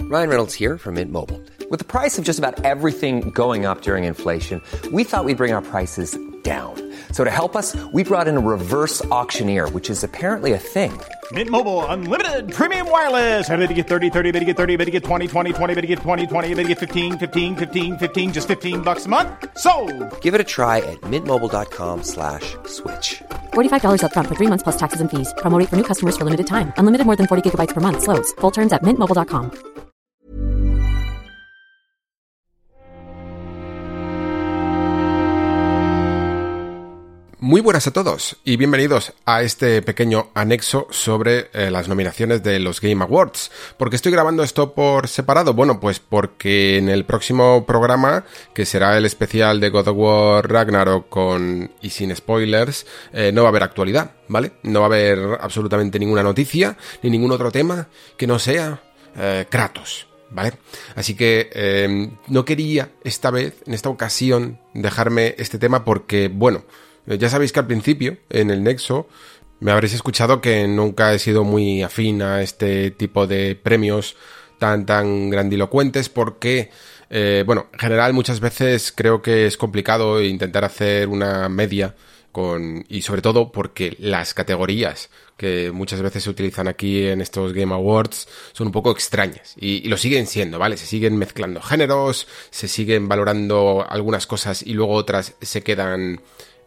Ryan Reynolds here from Mint Mobile. With the price of just about everything going up during inflation, we thought we'd bring our prices down. So to help us, we brought in a reverse auctioneer, which is apparently a thing. Mint Mobile Unlimited Premium Wireless. How to get 30, 30, how to get 30, how to get 20, 20, 20, how to get 20, 20, how to get 15, 15, 15, 15, just $15 a month? Sold! Give it a try at mintmobile.com/switch. $45 up front for 3 months plus taxes and fees. Promo rate for new customers for limited time. Unlimited more than 40 gigabytes per month. Slows full terms at mintmobile.com. Muy buenas a todos y bienvenidos a este pequeño anexo sobre las nominaciones de los Game Awards. ¿Por qué estoy grabando esto por separado? Bueno, pues porque en el próximo programa, que será el especial de God of War Ragnarok con y sin spoilers, no va a haber actualidad, ¿vale? No va a haber absolutamente ninguna noticia ni ningún otro tema que no sea Kratos, ¿vale? Así que no quería esta vez, en esta ocasión, dejarme este tema porque, bueno, ya sabéis que al principio, en el Nexo, me habréis escuchado que nunca he sido muy afín a este tipo de premios tan grandilocuentes porque, bueno, en general muchas veces creo que es complicado intentar hacer una media y sobre todo porque las categorías que muchas veces se utilizan aquí en estos Game Awards son un poco extrañas y lo siguen siendo, ¿vale? Se siguen mezclando géneros, se siguen valorando algunas cosas y luego otras se quedan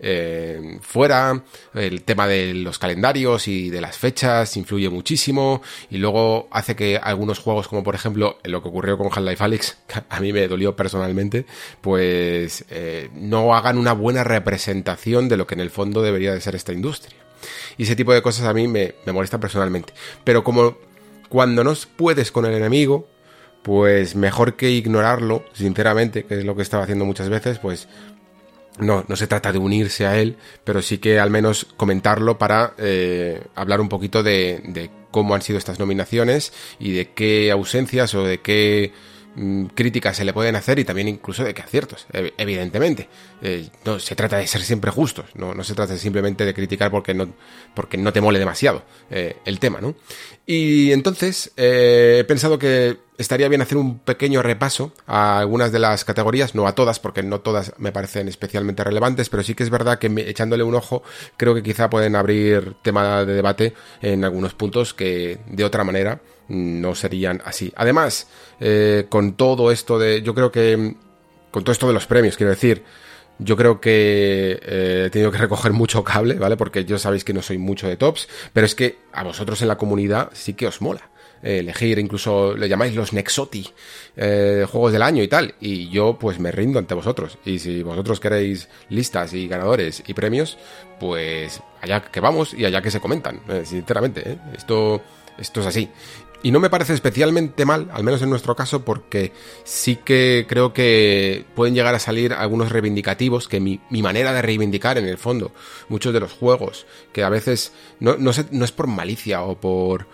fuera. El tema de los calendarios y de las fechas influye muchísimo y luego hace que algunos juegos, como por ejemplo lo que ocurrió con Half-Life Alyx, que a mí me dolió personalmente, pues no hagan una buena representación de lo que en el fondo debería de ser esta industria. Y ese tipo de cosas a mí me molestan personalmente. Pero como cuando no puedes con el enemigo, pues mejor que ignorarlo, sinceramente, que es lo que estaba haciendo muchas veces, pues no se trata de unirse a él, pero sí que al menos comentarlo para hablar un poquito de cómo han sido estas nominaciones y de qué ausencias o de qué críticas se le pueden hacer y también incluso de qué aciertos, evidentemente. No se trata de ser siempre justos, no se trata simplemente de criticar porque no te mole demasiado el tema, ¿no? Y entonces he pensado que estaría bien hacer un pequeño repaso a algunas de las categorías, no a todas, porque no todas me parecen especialmente relevantes, pero sí que es verdad que echándole un ojo creo que quizá pueden abrir tema de debate en algunos puntos que de otra manera no serían así. Además, con todo esto con todo esto de los premios, quiero decir, yo creo que he tenido que recoger mucho cable, ¿vale? Porque yo sabéis que no soy mucho de tops, pero es que a vosotros en la comunidad sí que os mola elegir, incluso le llamáis los Nexoti, juegos del año y tal, y yo pues me rindo ante vosotros, y si vosotros queréis listas y ganadores y premios, pues allá que vamos y allá que se comentan, sinceramente, Esto es así. Y no me parece especialmente mal, al menos en nuestro caso, porque sí que creo que pueden llegar a salir algunos reivindicativos, que mi manera de reivindicar en el fondo muchos de los juegos, que a veces no es por malicia o por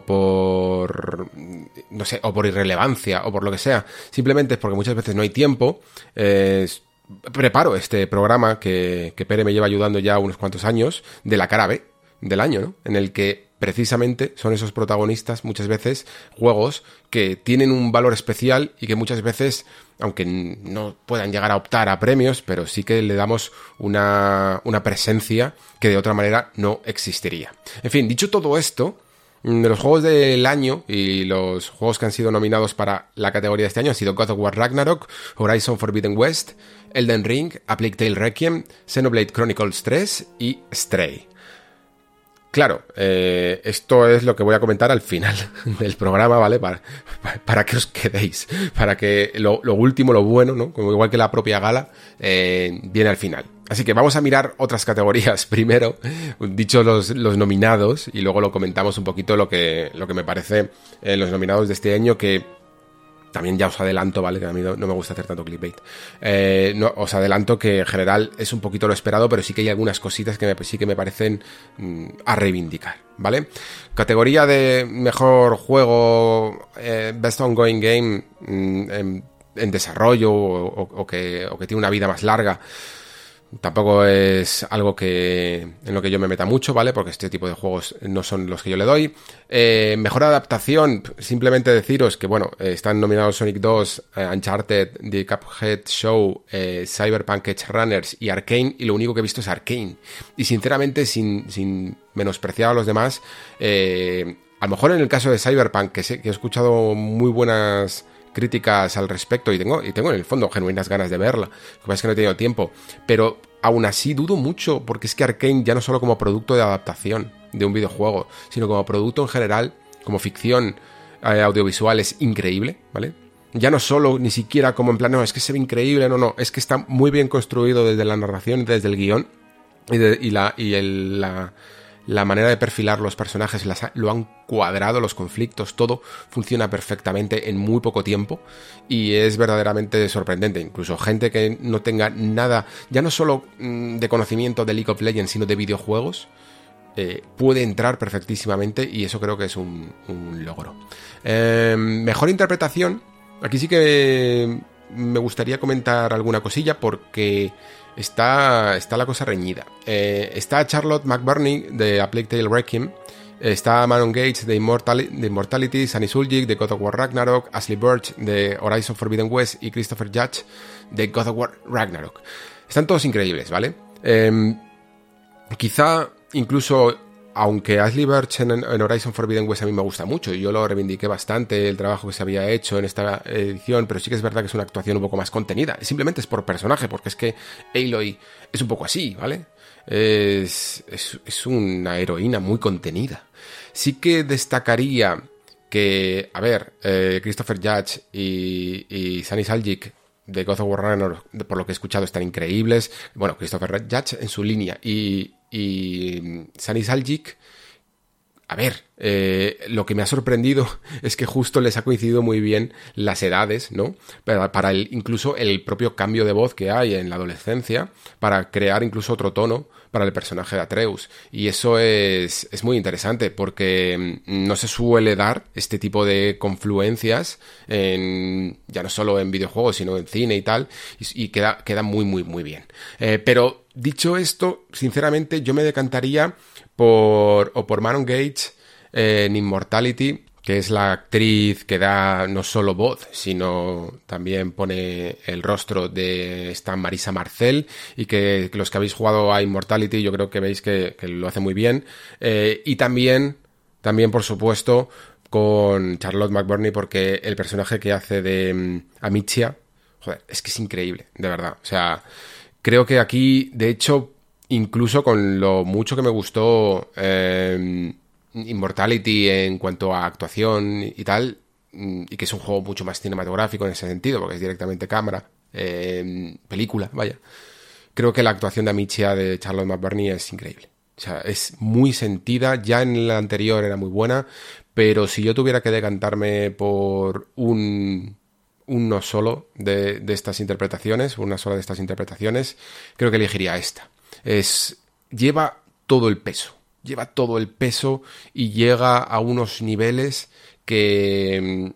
no sé, o por irrelevancia o por lo que sea, simplemente es porque muchas veces no hay tiempo. Preparo este programa que Pere me lleva ayudando ya unos cuantos años, de la cara B del año, ¿no? En el que precisamente son esos protagonistas muchas veces juegos que tienen un valor especial y que muchas veces, aunque no puedan llegar a optar a premios, pero sí que le damos una presencia que de otra manera no existiría. En fin, dicho todo esto, de los juegos del año y los juegos que han sido nominados para la categoría de este año han sido God of War Ragnarok, Horizon Forbidden West, Elden Ring, A Plague Tale Requiem, Xenoblade Chronicles 3 y Stray. Claro, esto es lo que voy a comentar al final del programa, ¿vale? Para que os quedéis, para que lo último, lo bueno, ¿no? Como igual que la propia gala, viene al final. Así que vamos a mirar otras categorías primero, dicho los nominados, y luego lo comentamos un poquito lo que me parece los nominados de este año, que también ya os adelanto, ¿vale? Que a mí no me gusta hacer tanto clickbait. Os adelanto que en general es un poquito lo esperado, pero sí que hay algunas cositas que sí que me parecen a reivindicar, ¿vale? Categoría de mejor juego, Best Ongoing Game en desarrollo o que tiene una vida más larga. Tampoco es algo en lo que yo me meta mucho, ¿vale? Porque este tipo de juegos no son los que yo le doy. Mejor adaptación, simplemente deciros que, bueno, están nominados Sonic 2, Uncharted, The Cuphead Show, Cyberpunk Edge Runners y Arcane, y lo único que he visto es Arcane. Y sinceramente, sin menospreciar a los demás, a lo mejor en el caso de Cyberpunk, que he escuchado muy buenas críticas al respecto y tengo en el fondo genuinas ganas de verla, lo que pasa es que no he tenido tiempo, pero aún así dudo mucho, porque es que Arcane, ya no solo como producto de adaptación de un videojuego, sino como producto en general, como ficción audiovisual, es increíble, ¿vale? Ya no solo ni siquiera como en plan, no, es que se ve increíble, no, es que está muy bien construido desde la narración y desde el guión la manera de perfilar los personajes, lo han cuadrado, los conflictos, todo funciona perfectamente en muy poco tiempo y es verdaderamente sorprendente. Incluso gente que no tenga nada, ya no solo de conocimiento de League of Legends, sino de videojuegos, puede entrar perfectísimamente, y eso creo que es un logro. Mejor interpretación, aquí sí que me gustaría comentar alguna cosilla, porque está la cosa reñida. Está Charlotte McBurney de A Plague Tale Requiem, está Manon Gates de Immortality, Sunny Suljic de God of War Ragnarok, Ashley Burch de Horizon Forbidden West y Christopher Judge de God of War Ragnarok. Están todos increíbles, ¿vale? Quizá incluso, aunque Ashley Burch en Horizon Forbidden West a mí me gusta mucho y yo lo reivindiqué bastante, el trabajo que se había hecho en esta edición, pero sí que es verdad que es una actuación un poco más contenida. Simplemente es por personaje, porque es que Aloy es un poco así, ¿vale? Es una heroína muy contenida. Sí que destacaría que, a ver, Christopher Judge y Sunny Suljic de God of War Ragnarok, por lo que he escuchado, están increíbles. Bueno, Christopher Judge en su línea y Sunny Suljic, a ver, lo que me ha sorprendido es que justo les ha coincidido muy bien las edades, ¿no? Para incluso el propio cambio de voz que hay en la adolescencia, para crear incluso otro tono para el personaje de Atreus. Y eso es muy interesante, porque no se suele dar este tipo de confluencias, ya no solo en videojuegos, sino en cine y tal, y queda muy, muy, muy bien. Pero dicho esto, sinceramente yo me decantaría por Manon Gates en Immortality, que es la actriz que da no solo voz, sino también pone el rostro de esta Marisa Marcel, y que los que habéis jugado a Immortality yo creo que veis que lo hace muy bien. Y también, por supuesto, con Charlotte McBurney, porque el personaje que hace de Amicia, joder, es que es increíble, de verdad. O sea, creo que aquí, de hecho, incluso con lo mucho que me gustó Immortality en cuanto a actuación y tal, y que es un juego mucho más cinematográfico en ese sentido, porque es directamente cámara, película, vaya. Creo que la actuación de Amicia de Charlotte McBurney es increíble. O sea, es muy sentida, ya en la anterior era muy buena, pero si yo tuviera que decantarme por uno solo de estas interpretaciones, una sola de estas interpretaciones, creo que elegiría esta. Lleva todo el peso y llega a unos niveles que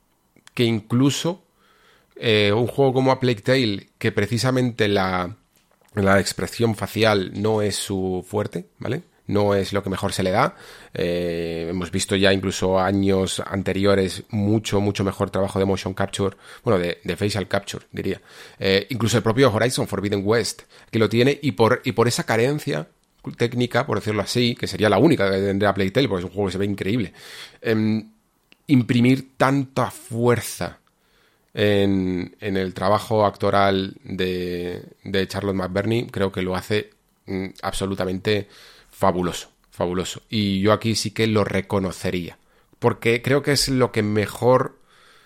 incluso un juego como A Plague Tale, que precisamente la expresión facial no es su fuerte, ¿vale? No es lo que mejor se le da. Hemos visto ya incluso años anteriores mucho mejor trabajo de motion capture, bueno, de facial capture, diría. Incluso el propio Horizon Forbidden West, que lo tiene, y por esa carencia técnica, por decirlo así, que sería la única que tendría Plague Tale, porque es un juego que se ve increíble, imprimir tanta fuerza en el trabajo actoral de Charlotte McBurney, creo que lo hace absolutamente fabuloso. Y yo aquí sí que lo reconocería, porque creo que es lo que mejor,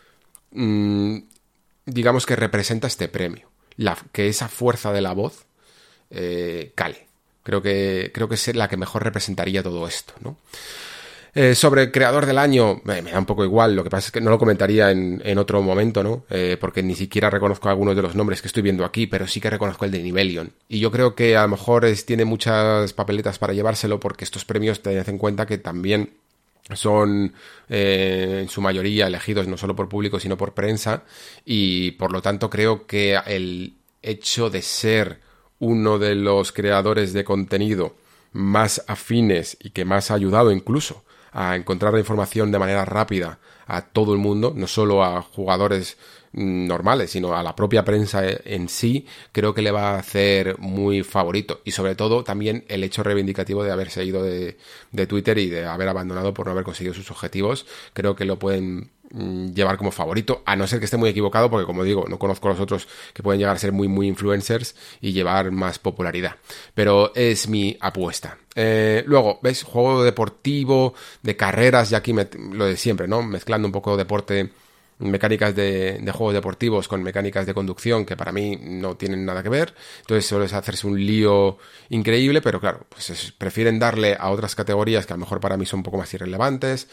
digamos, que representa este premio, que esa fuerza de la voz cale. Creo que es la que mejor representaría todo esto, ¿no? Sobre el creador del año, me da un poco igual, lo que pasa es que no lo comentaría en otro momento, ¿no? Porque ni siquiera reconozco algunos de los nombres que estoy viendo aquí, pero sí que reconozco el de Nivelion. Y yo creo que a lo mejor tiene muchas papeletas para llevárselo, porque estos premios tened en cuenta que también son en su mayoría elegidos no solo por público, sino por prensa, y por lo tanto creo que el hecho de ser uno de los creadores de contenido más afines y que más ha ayudado incluso a encontrar la información de manera rápida a todo el mundo, no solo a jugadores normales, sino a la propia prensa en sí, creo que le va a hacer muy favorito. Y sobre todo también el hecho reivindicativo de haberse ido de Twitter y de haber abandonado por no haber conseguido sus objetivos, creo que lo pueden llevar como favorito, a no ser que esté muy equivocado, porque como digo, no conozco a los otros que pueden llegar a ser muy muy influencers y llevar más popularidad, pero es mi apuesta. Luego, ¿ves? Juego deportivo, de carreras, ya aquí lo de siempre, ¿no? Mezclando un poco deporte, mecánicas de juegos deportivos con mecánicas de conducción que para mí no tienen nada que ver, entonces suele hacerse un lío increíble, pero claro, pues prefieren darle a otras categorías que a lo mejor para mí son un poco más irrelevantes,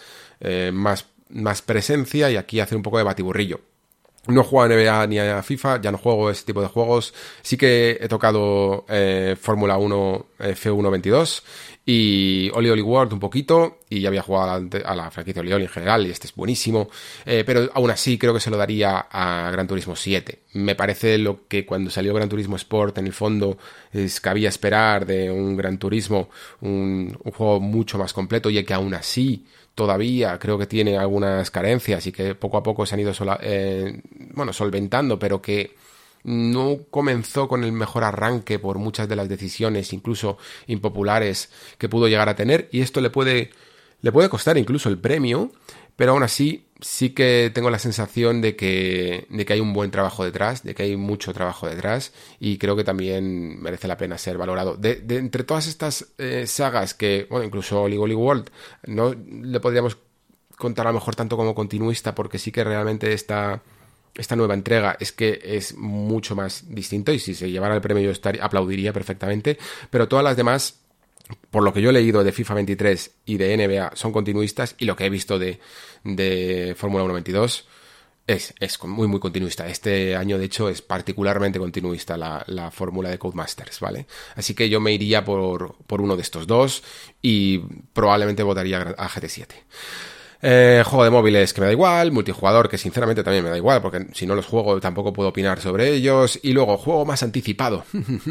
más presencia, y aquí hacer un poco de batiburrillo. No juego a NBA ni a FIFA, ya no juego ese tipo de juegos. Sí que he tocado Fórmula 1 F1 22 y Oli Oli World un poquito, y ya había jugado a la franquicia Oli Oli en general, y este es buenísimo, pero aún así creo que se lo daría a Gran Turismo 7. Me parece lo que cuando salió Gran Turismo Sport en el fondo cabía esperar de un Gran Turismo, un juego mucho más completo, y que aún así todavía creo que tiene algunas carencias y que poco a poco se han ido solventando, pero que no comenzó con el mejor arranque por muchas de las decisiones, incluso impopulares, que pudo llegar a tener, y esto le puede costar incluso el premio, pero aún así sí que tengo la sensación de que hay un buen trabajo detrás, de que hay mucho trabajo detrás, y creo que también merece la pena ser valorado. De entre todas estas sagas que, bueno, incluso Oli Oli World, no le podríamos contar a lo mejor tanto como continuista, porque sí que realmente esta nueva entrega es que es mucho más distinto, y si se llevara el premio yo aplaudiría perfectamente, pero todas las demás, por lo que yo he leído de FIFA 23 y de NBA, son continuistas, y lo que he visto de Fórmula 1 22 es muy muy continuista. Este año de hecho es particularmente continuista la fórmula de Codemasters, ¿vale? Así que yo me iría por uno de estos dos, y probablemente votaría a GT7. Juego de móviles que me da igual, multijugador que sinceramente también me da igual, porque si no los juego tampoco puedo opinar sobre ellos, y luego juego más anticipado.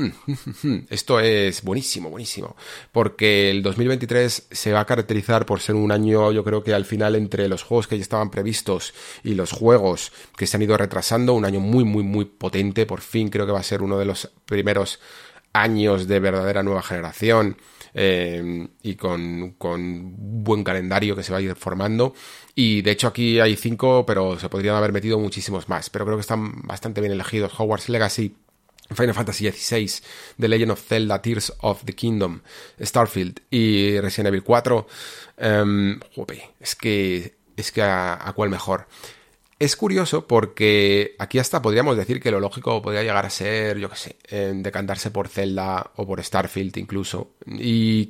Esto es buenísimo, porque el 2023 se va a caracterizar por ser un año, yo creo que al final, entre los juegos que ya estaban previstos y los juegos que se han ido retrasando, un año muy muy muy potente. Por fin creo que va a ser uno de los primeros años de verdadera nueva generación, y con buen calendario que se va a ir formando, y de hecho aquí hay 5, pero se podrían haber metido muchísimos más, pero creo que están bastante bien elegidos: Hogwarts Legacy, Final Fantasy XVI, The Legend of Zelda, Tears of the Kingdom, Starfield y Resident Evil 4. Es que a cuál mejor. Es curioso porque aquí hasta podríamos decir que lo lógico podría llegar a ser, yo qué sé, decantarse por Zelda o por Starfield incluso. Y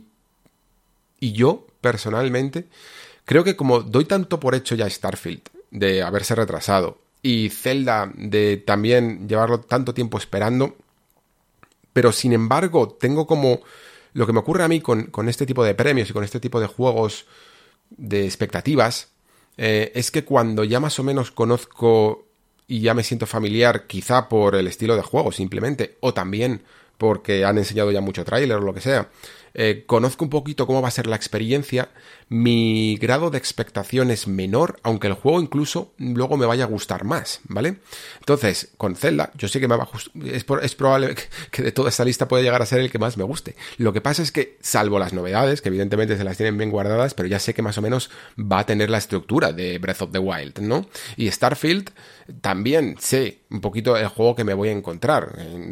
yo, personalmente, creo que como doy tanto por hecho ya Starfield de haberse retrasado, y Zelda de también llevarlo tanto tiempo esperando, pero sin embargo tengo como lo que me ocurre a mí con este tipo de premios y con este tipo de juegos de expectativas, es que cuando ya más o menos conozco y ya me siento familiar, quizá por el estilo de juego simplemente, o también porque han enseñado ya mucho tráiler o lo que sea, conozco un poquito cómo va a ser la experiencia, mi grado de expectación es menor, aunque el juego incluso luego me vaya a gustar más, ¿vale? Entonces, con Zelda, yo sé que me va a es probable que de toda esta lista pueda llegar a ser el que más me guste. Lo que pasa es que, salvo las novedades, que evidentemente se las tienen bien guardadas, pero ya sé que más o menos va a tener la estructura de Breath of the Wild, ¿no? Y Starfield, también sé un poquito el juego que me voy a encontrar.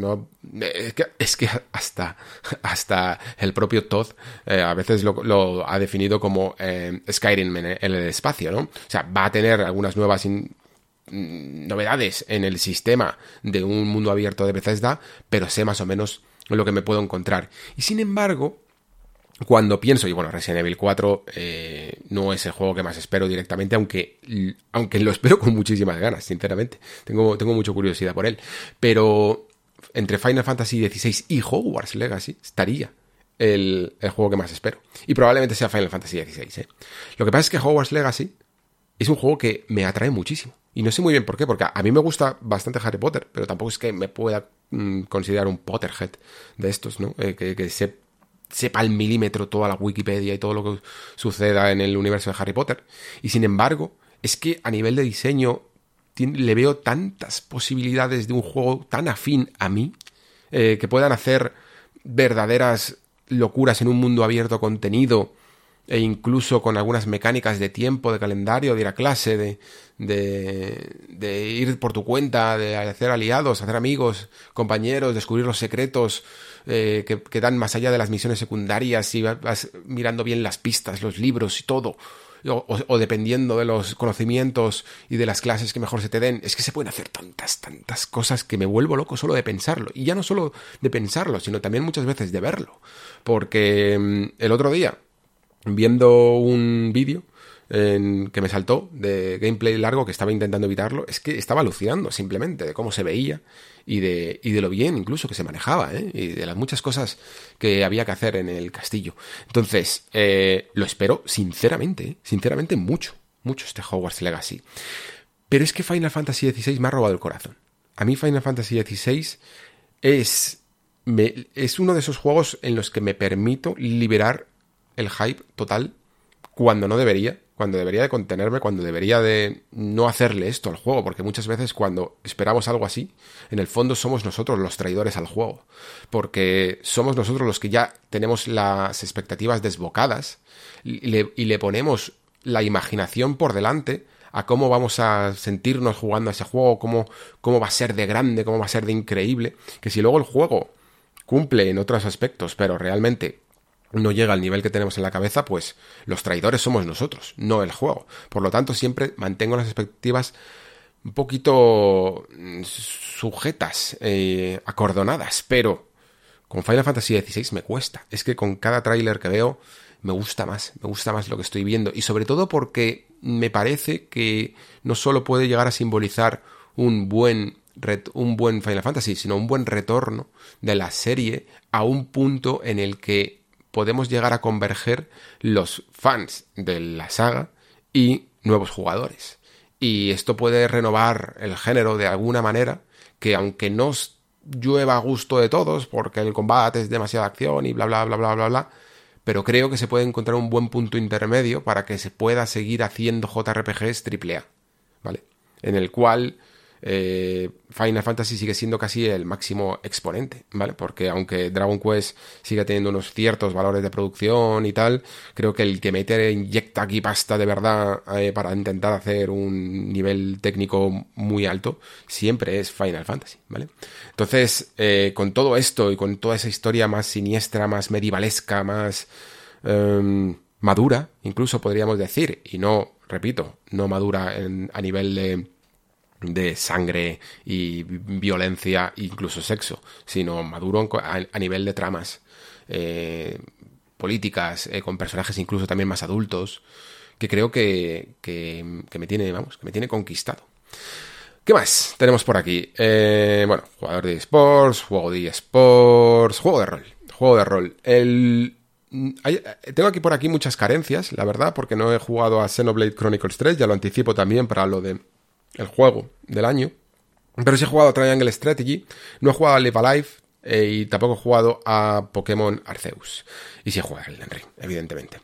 Es que hasta el propio Todd a veces lo ha definido como Skyrim en el espacio, ¿no? O sea, va a tener algunas nuevas novedades en el sistema de un mundo abierto de Bethesda, pero sé más o menos lo que me puedo encontrar. Y sin embargo, cuando pienso, y bueno, Resident Evil 4 no es el juego que más espero directamente, aunque lo espero con muchísimas ganas, sinceramente. Tengo mucha curiosidad por él. Pero entre Final Fantasy XVI y Hogwarts Legacy estaría el juego que más espero. Y probablemente sea Final Fantasy XVI, ¿eh? Lo que pasa es que Hogwarts Legacy es un juego que me atrae muchísimo. Y no sé muy bien por qué, porque a mí me gusta bastante Harry Potter, pero tampoco es que me pueda considerar un Potterhead de estos, ¿no? Que sepa al milímetro toda la Wikipedia y todo lo que suceda en el universo de Harry Potter. Y sin embargo, es que a nivel de diseño le veo tantas posibilidades de un juego tan afín a mí, que puedan hacer verdaderas locuras en un mundo abierto contenido, e incluso con algunas mecánicas de tiempo, de calendario, de ir a clase, de ir por tu cuenta, de hacer aliados, hacer amigos, compañeros, descubrir los secretos que dan más allá de las misiones secundarias, y vas mirando bien las pistas, los libros y todo, o dependiendo de los conocimientos y de las clases que mejor se te den. Es que se pueden hacer tantas cosas que me vuelvo loco solo de pensarlo. Y ya no solo de pensarlo, sino también muchas veces de verlo. Porque el otro día, viendo un vídeo que me saltó de gameplay largo, que estaba intentando evitarlo, es que estaba alucinando simplemente de cómo se veía y de lo bien incluso que se manejaba, y de las muchas cosas que había que hacer en el castillo. Entonces, lo espero sinceramente mucho este Hogwarts Legacy. Pero es que Final Fantasy XVI me ha robado el corazón. A mí Final Fantasy XVI es uno de esos juegos en los que me permito liberar el hype total cuando no debería, cuando debería de contenerme, cuando debería de no hacerle esto al juego, porque muchas veces cuando esperamos algo así, en el fondo somos nosotros los traidores al juego, porque somos nosotros los que ya tenemos las expectativas desbocadas y le ponemos la imaginación por delante a cómo vamos a sentirnos jugando a ese juego, cómo va a ser de grande, cómo va a ser de increíble, que si luego el juego cumple en otros aspectos, pero realmente no llega al nivel que tenemos en la cabeza, pues los traidores somos nosotros, no el juego. Por lo tanto, siempre mantengo las expectativas un poquito sujetas, acordonadas, pero con Final Fantasy XVI me cuesta. Es que con cada tráiler que veo me gusta más lo que estoy viendo, y sobre todo porque me parece que no solo puede llegar a simbolizar un buen Final Fantasy, sino un buen retorno de la serie a un punto en el que podemos llegar a converger los fans de la saga y nuevos jugadores. Y esto puede renovar el género de alguna manera, que aunque no llueva a gusto de todos, porque el combate es demasiada acción y bla bla bla bla bla bla, pero creo que se puede encontrar un buen punto intermedio para que se pueda seguir haciendo JRPGs AAA, ¿vale? En el cual Final Fantasy sigue siendo casi el máximo exponente, ¿vale? Porque aunque Dragon Quest sigue teniendo unos ciertos valores de producción y tal, creo que el que inyecta aquí pasta de verdad para intentar hacer un nivel técnico muy alto siempre es Final Fantasy, ¿vale? Entonces, con todo esto y con toda esa historia más siniestra, más medievalesca, más madura, incluso podríamos decir, y no, repito, no madura a nivel de sangre y violencia, incluso sexo, sino maduro a nivel de tramas políticas, con personajes incluso también más adultos, que creo que me tiene conquistado. ¿Qué más tenemos por aquí? Bueno, jugador de eSports, juego de eSports, juego de rol. Tengo por aquí muchas carencias, la verdad, porque no he jugado a Xenoblade Chronicles 3, ya lo anticipo también para lo de el juego del año, pero sí he jugado a Triangle Strategy, no he jugado a Live Alive, y tampoco he jugado a Pokémon Arceus, y sí he jugado a Elden Ring, evidentemente.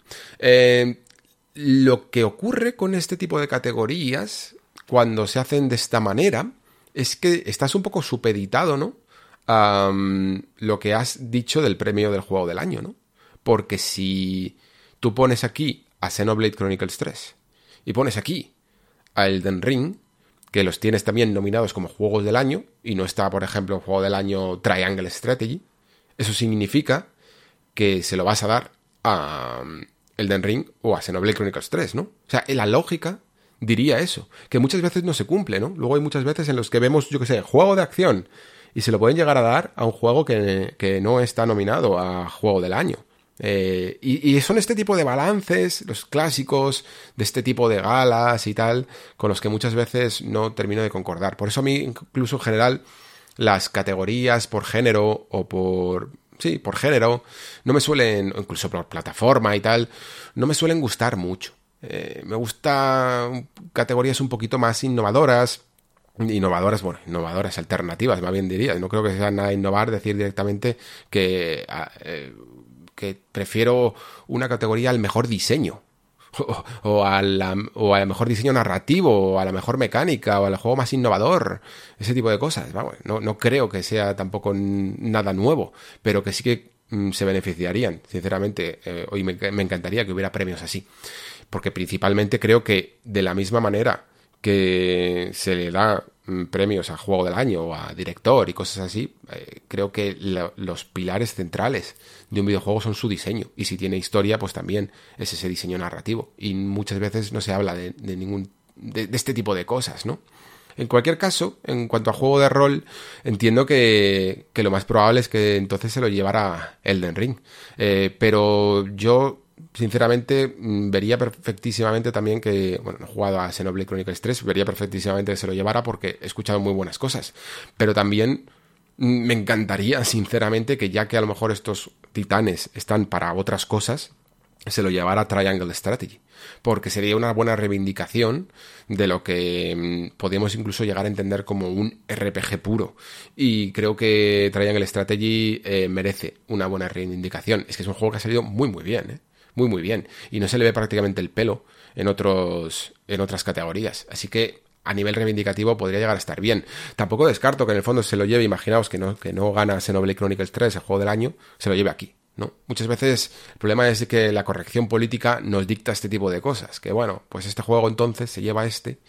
Lo que ocurre con este tipo de categorías cuando se hacen de esta manera es que estás un poco supeditado, ¿no?, a lo que has dicho del premio del juego del año, ¿no? Porque si tú pones aquí a Xenoblade Chronicles 3 y pones aquí a Elden Ring, que los tienes también nominados como juegos del año, y no está, por ejemplo, juego del año Triangle Strategy, eso significa que se lo vas a dar a Elden Ring o a Xenoblade Chronicles 3, ¿no? O sea, la lógica diría eso, que muchas veces no se cumple, ¿no? Luego hay muchas veces en los que vemos, yo qué sé, juego de acción, y se lo pueden llegar a dar a un juego que no está nominado a juego del año. Y son este tipo de balances, los clásicos de este tipo de galas y tal, con los que muchas veces no termino de concordar. Por eso a mí, incluso en general, las categorías por género o por género, no me suelen, incluso por plataforma y tal, no me suelen gustar mucho. Me gustan categorías un poquito más innovadoras, innovadoras, alternativas, más bien diría. No creo que sea nada innovar decir directamente que prefiero una categoría al mejor diseño. O al mejor diseño narrativo, o a la mejor mecánica, o al juego más innovador, ese tipo de cosas. Vamos, no creo que sea tampoco nada nuevo, pero que sí que se beneficiarían, sinceramente. Hoy me encantaría que hubiera premios así, porque principalmente creo que de la misma manera que se le da premios a juego del año o a director y cosas así, creo que los pilares centrales de un videojuego son su diseño, y si tiene historia pues también es ese diseño narrativo, y muchas veces no se habla de este tipo de cosas, ¿no? En cualquier caso, en cuanto a juego de rol, entiendo que lo más probable es que entonces se lo llevara Elden Ring, pero yo sinceramente vería perfectísimamente también que, bueno, no he jugado a Xenoblade Chronicles 3, vería perfectísimamente que se lo llevara porque he escuchado muy buenas cosas, pero también me encantaría sinceramente que, ya que a lo mejor estos titanes están para otras cosas, se lo llevara Triangle Strategy, porque sería una buena reivindicación de lo que podemos incluso llegar a entender como un RPG puro, y creo que Triangle Strategy merece una buena reivindicación. Es que es un juego que ha salido muy muy bien, muy muy bien, y no se le ve prácticamente el pelo en otras categorías, así que a nivel reivindicativo podría llegar a estar bien. Tampoco descarto que en el fondo se lo lleve, imaginaos que no gana Xenoblade Chronicles 3 el juego del año, se lo lleve aquí, ¿no? Muchas veces el problema es que la corrección política nos dicta este tipo de cosas, que bueno, pues este juego entonces se lleva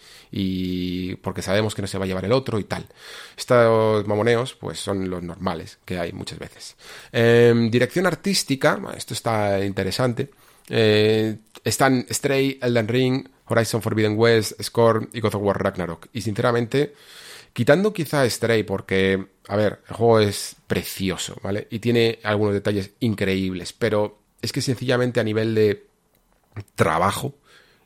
y porque sabemos que no se va a llevar el otro y tal. Estos mamoneos pues son los normales que hay muchas veces. Dirección artística, esto está interesante. Están Stray, Elden Ring, Horizon Forbidden West, Scorn y God of War Ragnarok, y sinceramente, quitando quizá Stray, porque, a ver, el juego es precioso, ¿vale? Y tiene algunos detalles increíbles, pero es que sencillamente a nivel de trabajo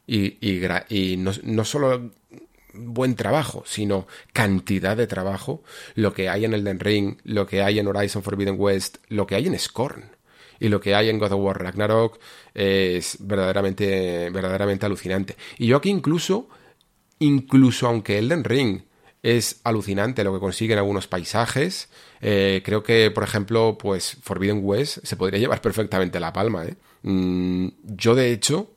y no solo buen trabajo, sino cantidad de trabajo, lo que hay en Elden Ring, lo que hay en Horizon Forbidden West, lo que hay en Scorn y lo que hay en God of War Ragnarok es verdaderamente alucinante. Y yo aquí incluso aunque Elden Ring es alucinante lo que consiguen algunos paisajes, creo que, por ejemplo, pues Forbidden West se podría llevar perfectamente la palma, yo, de hecho,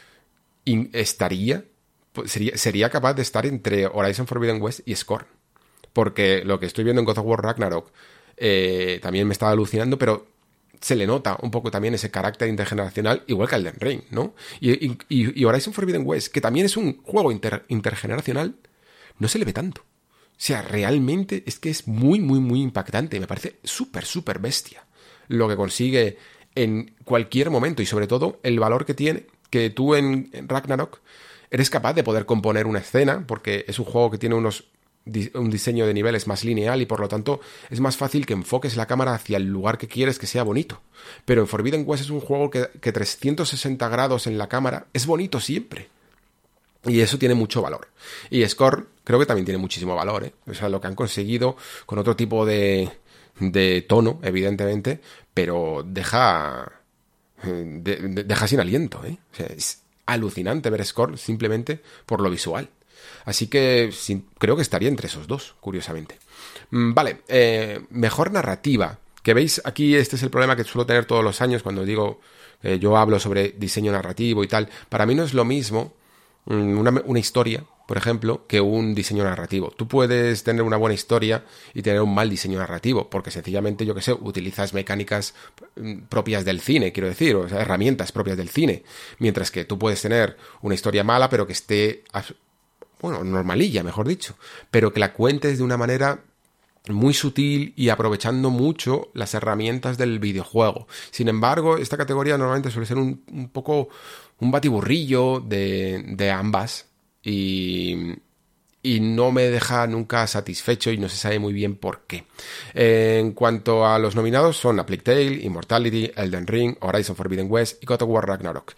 sería capaz de estar entre Horizon Forbidden West y Scorn, porque lo que estoy viendo en God of War Ragnarok también me estaba alucinando, pero se le nota un poco también ese carácter intergeneracional, igual que Elden Ring, ¿no? Y Horizon Forbidden West, que también es un juego intergeneracional, no se le ve tanto. O sea, realmente es que es muy, muy, muy impactante. Me parece súper, súper bestia lo que consigue en cualquier momento, y sobre todo el valor que tiene, que tú en Ragnarok eres capaz de poder componer una escena, porque es un juego que tiene un diseño de niveles más lineal, y por lo tanto es más fácil que enfoques la cámara hacia el lugar que quieres que sea bonito. Pero en Forbidden West es un juego que 360 grados en la cámara es bonito siempre, y eso tiene mucho valor. Y Scorn creo que también tiene muchísimo valor, O sea, lo que han conseguido con otro tipo de tono, evidentemente, pero deja sin aliento, O sea, es alucinante ver Scorn simplemente por lo visual. Así que creo que estaría entre esos dos, curiosamente. Vale, mejor narrativa. Que veis, aquí este es el problema que suelo tener todos los años cuando digo, yo hablo sobre diseño narrativo y tal. Para mí no es lo mismo una historia, por ejemplo, que un diseño narrativo. Tú puedes tener una buena historia y tener un mal diseño narrativo, porque sencillamente, yo que sé, utilizas mecánicas propias del cine, quiero decir, o sea, herramientas propias del cine. Mientras que tú puedes tener una historia mala, pero que esté... normalilla, mejor dicho, pero que la cuentes de una manera muy sutil y aprovechando mucho las herramientas del videojuego. Sin embargo, esta categoría normalmente suele ser un poco un batiburrillo de ambas, y no me deja nunca satisfecho, y no se sabe muy bien por qué. En cuanto a los nominados, son A Plague Tale, Immortality, Elden Ring, Horizon Forbidden West y God of War Ragnarok.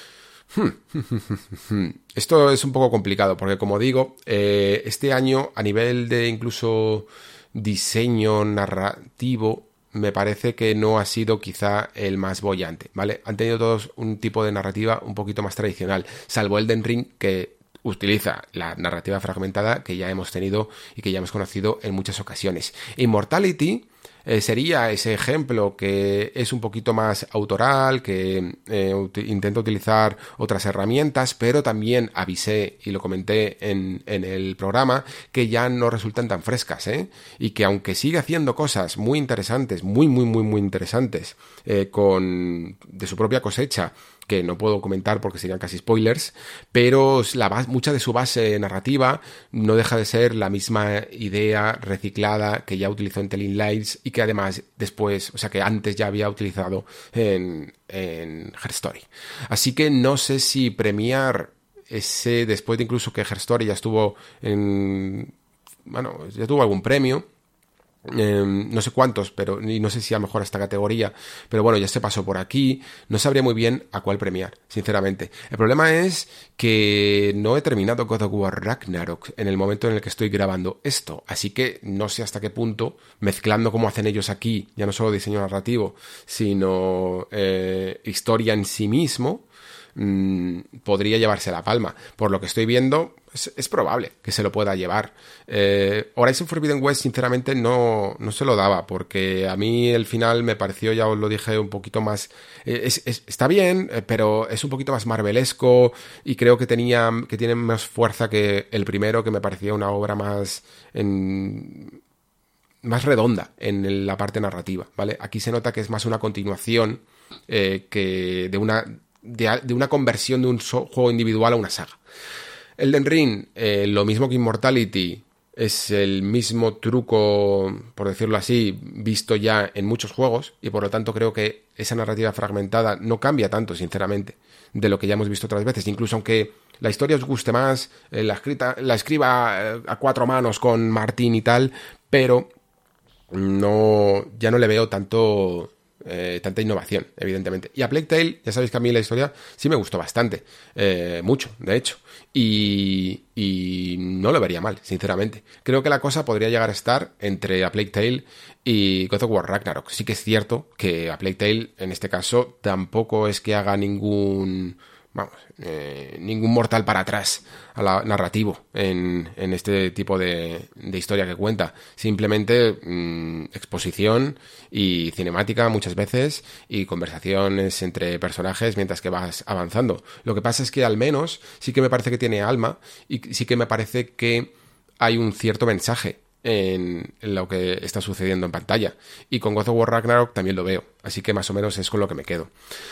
Esto es un poco complicado porque, como digo, este año a nivel de incluso diseño narrativo me parece que no ha sido quizá el más boyante, ¿vale? Han tenido todos un tipo de narrativa un poquito más tradicional, salvo Elden Ring, que utiliza la narrativa fragmentada que ya hemos tenido y que ya hemos conocido en muchas ocasiones. Immortality sería ese ejemplo que es un poquito más autoral, que intenta utilizar otras herramientas, pero también avisé y lo comenté en el programa que ya no resultan tan frescas, y que aunque sigue haciendo cosas muy interesantes, muy interesantes, de su propia cosecha, que no puedo comentar porque serían casi spoilers, pero mucha de su base narrativa no deja de ser la misma idea reciclada que ya utilizó en Telling Lies y que además después, o sea que antes ya había utilizado en Her Story. Así que no sé si premiar ese, después de incluso que Her Story ya estuvo ya tuvo algún premio, no sé cuántos, pero y no sé si a lo mejor esta categoría, pero bueno, ya se pasó por aquí, no sabría muy bien a cuál premiar, sinceramente. El problema es que no he terminado God of War Ragnarok en el momento en el que estoy grabando esto, así que no sé hasta qué punto, mezclando como hacen ellos aquí, ya no solo diseño narrativo, sino historia en sí mismo, podría llevarse la palma. Por lo que estoy viendo, es probable que se lo pueda llevar. Horizon Forbidden West, sinceramente, no se lo daba, porque a mí el final me pareció, ya os lo dije, un poquito más... está bien, pero es un poquito más marvelesco y creo que tiene más fuerza que el primero, que me parecía una obra más redonda en la parte narrativa, ¿vale? Aquí se nota que es más una continuación que de una conversión de un juego individual a una saga. Elden Ring, lo mismo que Immortality, es el mismo truco, por decirlo así, visto ya en muchos juegos, y por lo tanto creo que esa narrativa fragmentada no cambia tanto, sinceramente, de lo que ya hemos visto otras veces. Incluso aunque la historia os guste más, la escriba a 4 manos con Martín y tal, pero ya no le veo tanta innovación, evidentemente. Y a Plague Tale, ya sabéis que a mí la historia sí me gustó bastante, mucho, de hecho, y no lo vería mal, sinceramente. Creo que la cosa podría llegar a estar entre A Plague Tale y God of War Ragnarok. Sí que es cierto que A Plague Tale, en este caso, tampoco es que haga ningún mortal para atrás a la narrativo en este tipo de historia que cuenta. Simplemente exposición y cinemática muchas veces y conversaciones entre personajes mientras que vas avanzando. Lo que pasa es que al menos sí que me parece que tiene alma y sí que me parece que hay un cierto mensaje en lo que está sucediendo en pantalla. Y con God of War Ragnarok también lo veo. Así que más o menos es con lo que me quedo.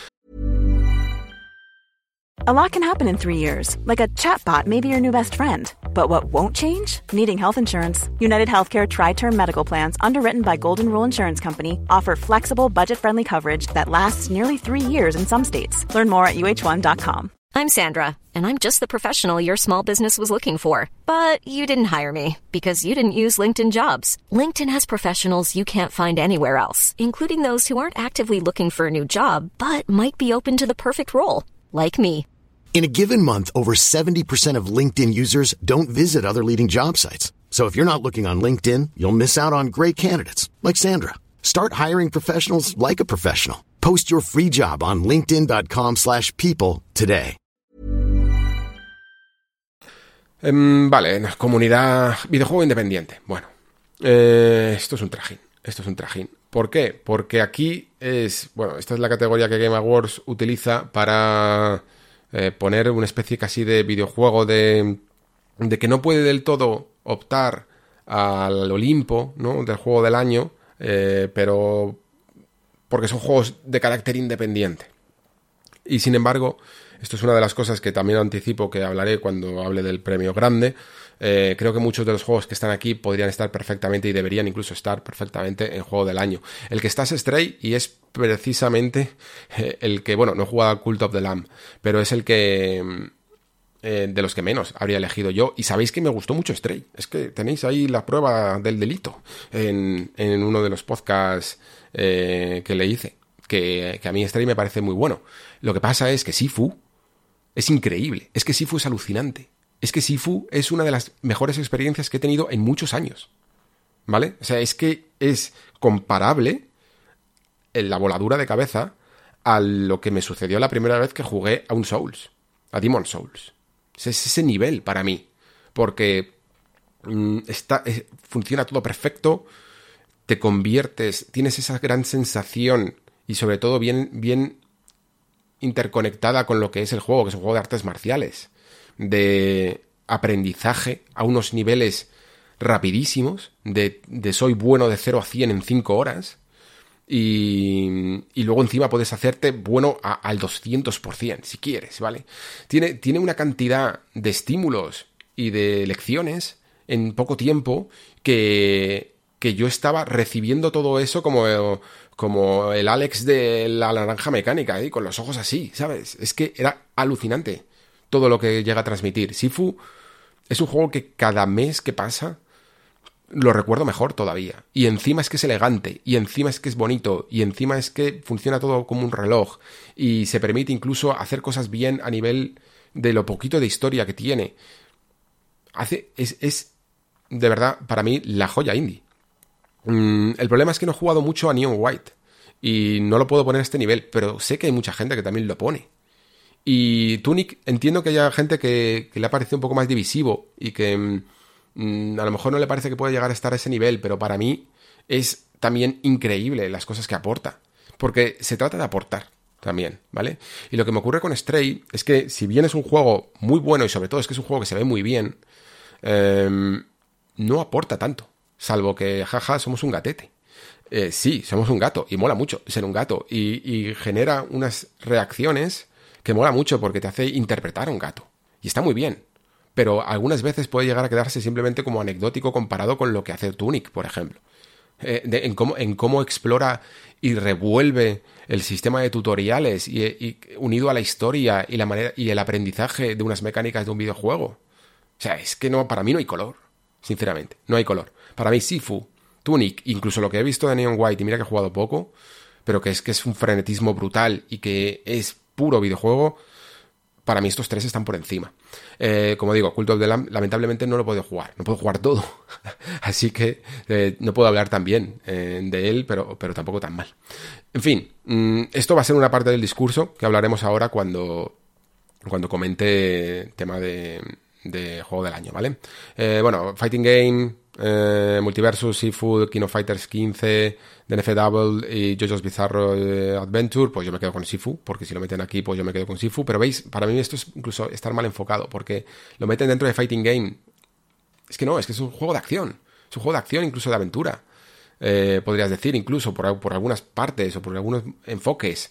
A lot can happen in 3 years, like a chatbot may be your new best friend. But what won't change? Needing health insurance. United Healthcare Tri-Term Medical Plans, underwritten by Golden Rule Insurance Company, offer flexible, budget-friendly coverage that lasts nearly 3 years in some states. Learn more at uh1.com. I'm Sandra, and I'm just the professional your small business was looking for. But you didn't hire me, because you didn't use LinkedIn Jobs. LinkedIn has professionals you can't find anywhere else, including those who aren't actively looking for a new job, but might be open to the perfect role, like me. In a given month, over 70% of LinkedIn users don't visit other leading job sites. So if you're not looking on LinkedIn, you'll miss out on great candidates like Sandra. Start hiring professionals like a professional. Post your free job on linkedin.com/people today. Vale, comunidad videojuego independiente. Bueno, esto es un trajín. ¿Por qué? Porque aquí esta es la categoría que Game Awards utiliza para poner una especie casi de videojuego de que no puede del todo optar al Olimpo, ¿no?, del juego del año, pero porque son juegos de carácter independiente. Y sin embargo, esto es una de las cosas que también anticipo que hablaré cuando hable del premio grande. Creo que muchos de los juegos que están aquí podrían estar perfectamente y deberían incluso estar perfectamente en juego del año. El que está es Stray y es precisamente el que, bueno, no he jugado a Cult of the Lamb, pero es el que de los que menos habría elegido yo. Y sabéis que me gustó mucho Stray. Es que tenéis ahí la prueba del delito en uno de los podcasts que le hice. Que a mí Stray me parece muy bueno. Lo que pasa es que Sifu es increíble. Es que Sifu es alucinante. Es que Sifu es una de las mejores experiencias que he tenido en muchos años, ¿vale? O sea, es que es comparable en la voladura de cabeza a lo que me sucedió la primera vez que jugué a un Souls, a Demon's Souls. Es ese nivel para mí. Porque funciona todo perfecto, te conviertes, tienes esa gran sensación y sobre todo bien interconectada con lo que es el juego, que es un juego de artes marciales, de aprendizaje a unos niveles rapidísimos, de soy bueno de 0 a 100 en 5 horas, y luego encima puedes hacerte bueno al 200% si quieres, ¿vale? Tiene una cantidad de estímulos y de lecciones en poco tiempo que yo estaba recibiendo todo eso como el Alex de la naranja mecánica, con los ojos así, ¿sabes? Es que era alucinante todo lo que llega a transmitir. Sifu es un juego que cada mes que pasa lo recuerdo mejor todavía. Y encima es que es elegante, y encima es que es bonito, y encima es que funciona todo como un reloj, y se permite incluso hacer cosas bien a nivel de lo poquito de historia que tiene. Es de verdad, para mí, la joya indie. El problema es que no he jugado mucho a Neon White, y no lo puedo poner a este nivel, pero sé que hay mucha gente que también lo pone. Y Tunic, entiendo que haya gente que le ha parecido un poco más divisivo, y que a lo mejor no le parece que pueda llegar a estar a ese nivel, pero para mí es también increíble las cosas que aporta, porque se trata de aportar también, ¿vale? Y lo que me ocurre con Stray es que si bien es un juego muy bueno y sobre todo es que es un juego que se ve muy bien, no aporta tanto, salvo que jaja somos un gatete. Sí, somos un gato y mola mucho ser un gato y genera unas reacciones que mola mucho porque te hace interpretar a un gato y está muy bien. Pero algunas veces puede llegar a quedarse simplemente como anecdótico comparado con lo que hace Tunic, por ejemplo. En cómo explora y revuelve el sistema de tutoriales y unido a la historia y la manera y el aprendizaje de unas mecánicas de un videojuego. O sea, es que no, para mí no hay color, sinceramente, no hay color. Para mí Sifu, Tunic, incluso lo que he visto de Neon White, y mira que he jugado poco, pero que es un frenetismo brutal y que es puro videojuego. Para mí estos tres están por encima. Como digo, Cult of the Lamb lamentablemente no lo puedo jugar. No puedo jugar todo. Así que no puedo hablar tan bien de él, pero tampoco tan mal. En fin, esto va a ser una parte del discurso que hablaremos ahora cuando comente tema de juego del año, ¿vale? Bueno, Fighting Game, Multiversus, Sifu, King of Fighters 15, DNF Double y JoJo's Bizarre Adventure, pues yo me quedo con Sifu, porque si lo meten aquí, pues yo me quedo con Sifu, pero veis, para mí esto es incluso estar mal enfocado, porque lo meten dentro de Fighting Game. Es que no, es que es un juego de acción, es un juego de acción, incluso de aventura. Podrías decir, incluso por algunas partes o por algunos enfoques.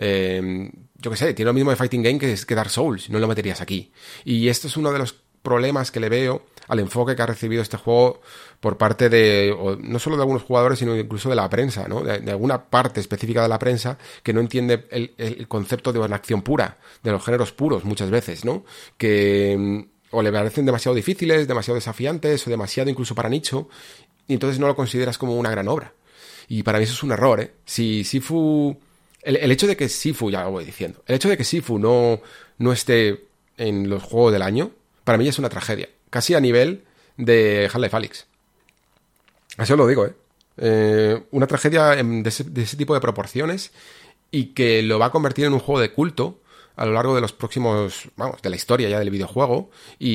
Yo qué sé, tiene lo mismo de Fighting Game que Dark Souls, no lo meterías aquí. Y esto es uno de los problemas que le veo al enfoque que ha recibido este juego por parte no solo de algunos jugadores, sino incluso de la prensa, ¿no? De alguna parte específica de la prensa que no entiende el concepto de una acción pura, de los géneros puros muchas veces, ¿no? Que o le parecen demasiado difíciles, demasiado desafiantes o demasiado incluso para nicho, y entonces no lo consideras como una gran obra. Y para mí eso es un error, ¿eh? Si Sifu... El hecho de que Sifu, ya lo voy diciendo, el hecho de que Sifu no esté en los juegos del año, para mí es una tragedia. Casi a nivel de Half-Life Alyx. Así os lo digo, una tragedia de ese tipo de proporciones y que lo va a convertir en un juego de culto a lo largo de los próximos, de la historia ya del videojuego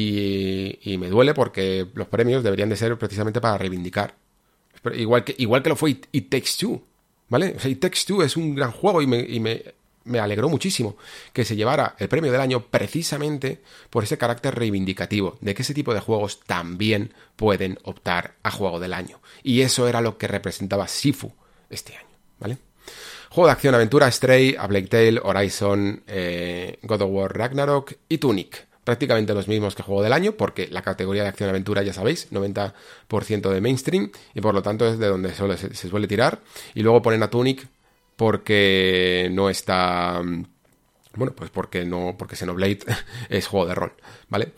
y me duele porque los premios deberían de ser precisamente para reivindicar. Igual que lo fue It Takes Two, ¿vale? O sea, It Takes Two es un gran juego y me alegró muchísimo que se llevara el premio del año precisamente por ese carácter reivindicativo, de que ese tipo de juegos también pueden optar a juego del año. Y eso era lo que representaba Sifu este año, ¿vale? Juego de acción-aventura, Stray, A Plague Tale, Horizon, God of War Ragnarok y Tunic. Prácticamente los mismos que juego del año, porque la categoría de acción-aventura, ya sabéis, 90% de mainstream, y por lo tanto es de donde se suele tirar. Y luego ponen a Tunic porque no está... Bueno, pues porque Xenoblade es juego de rol, ¿vale?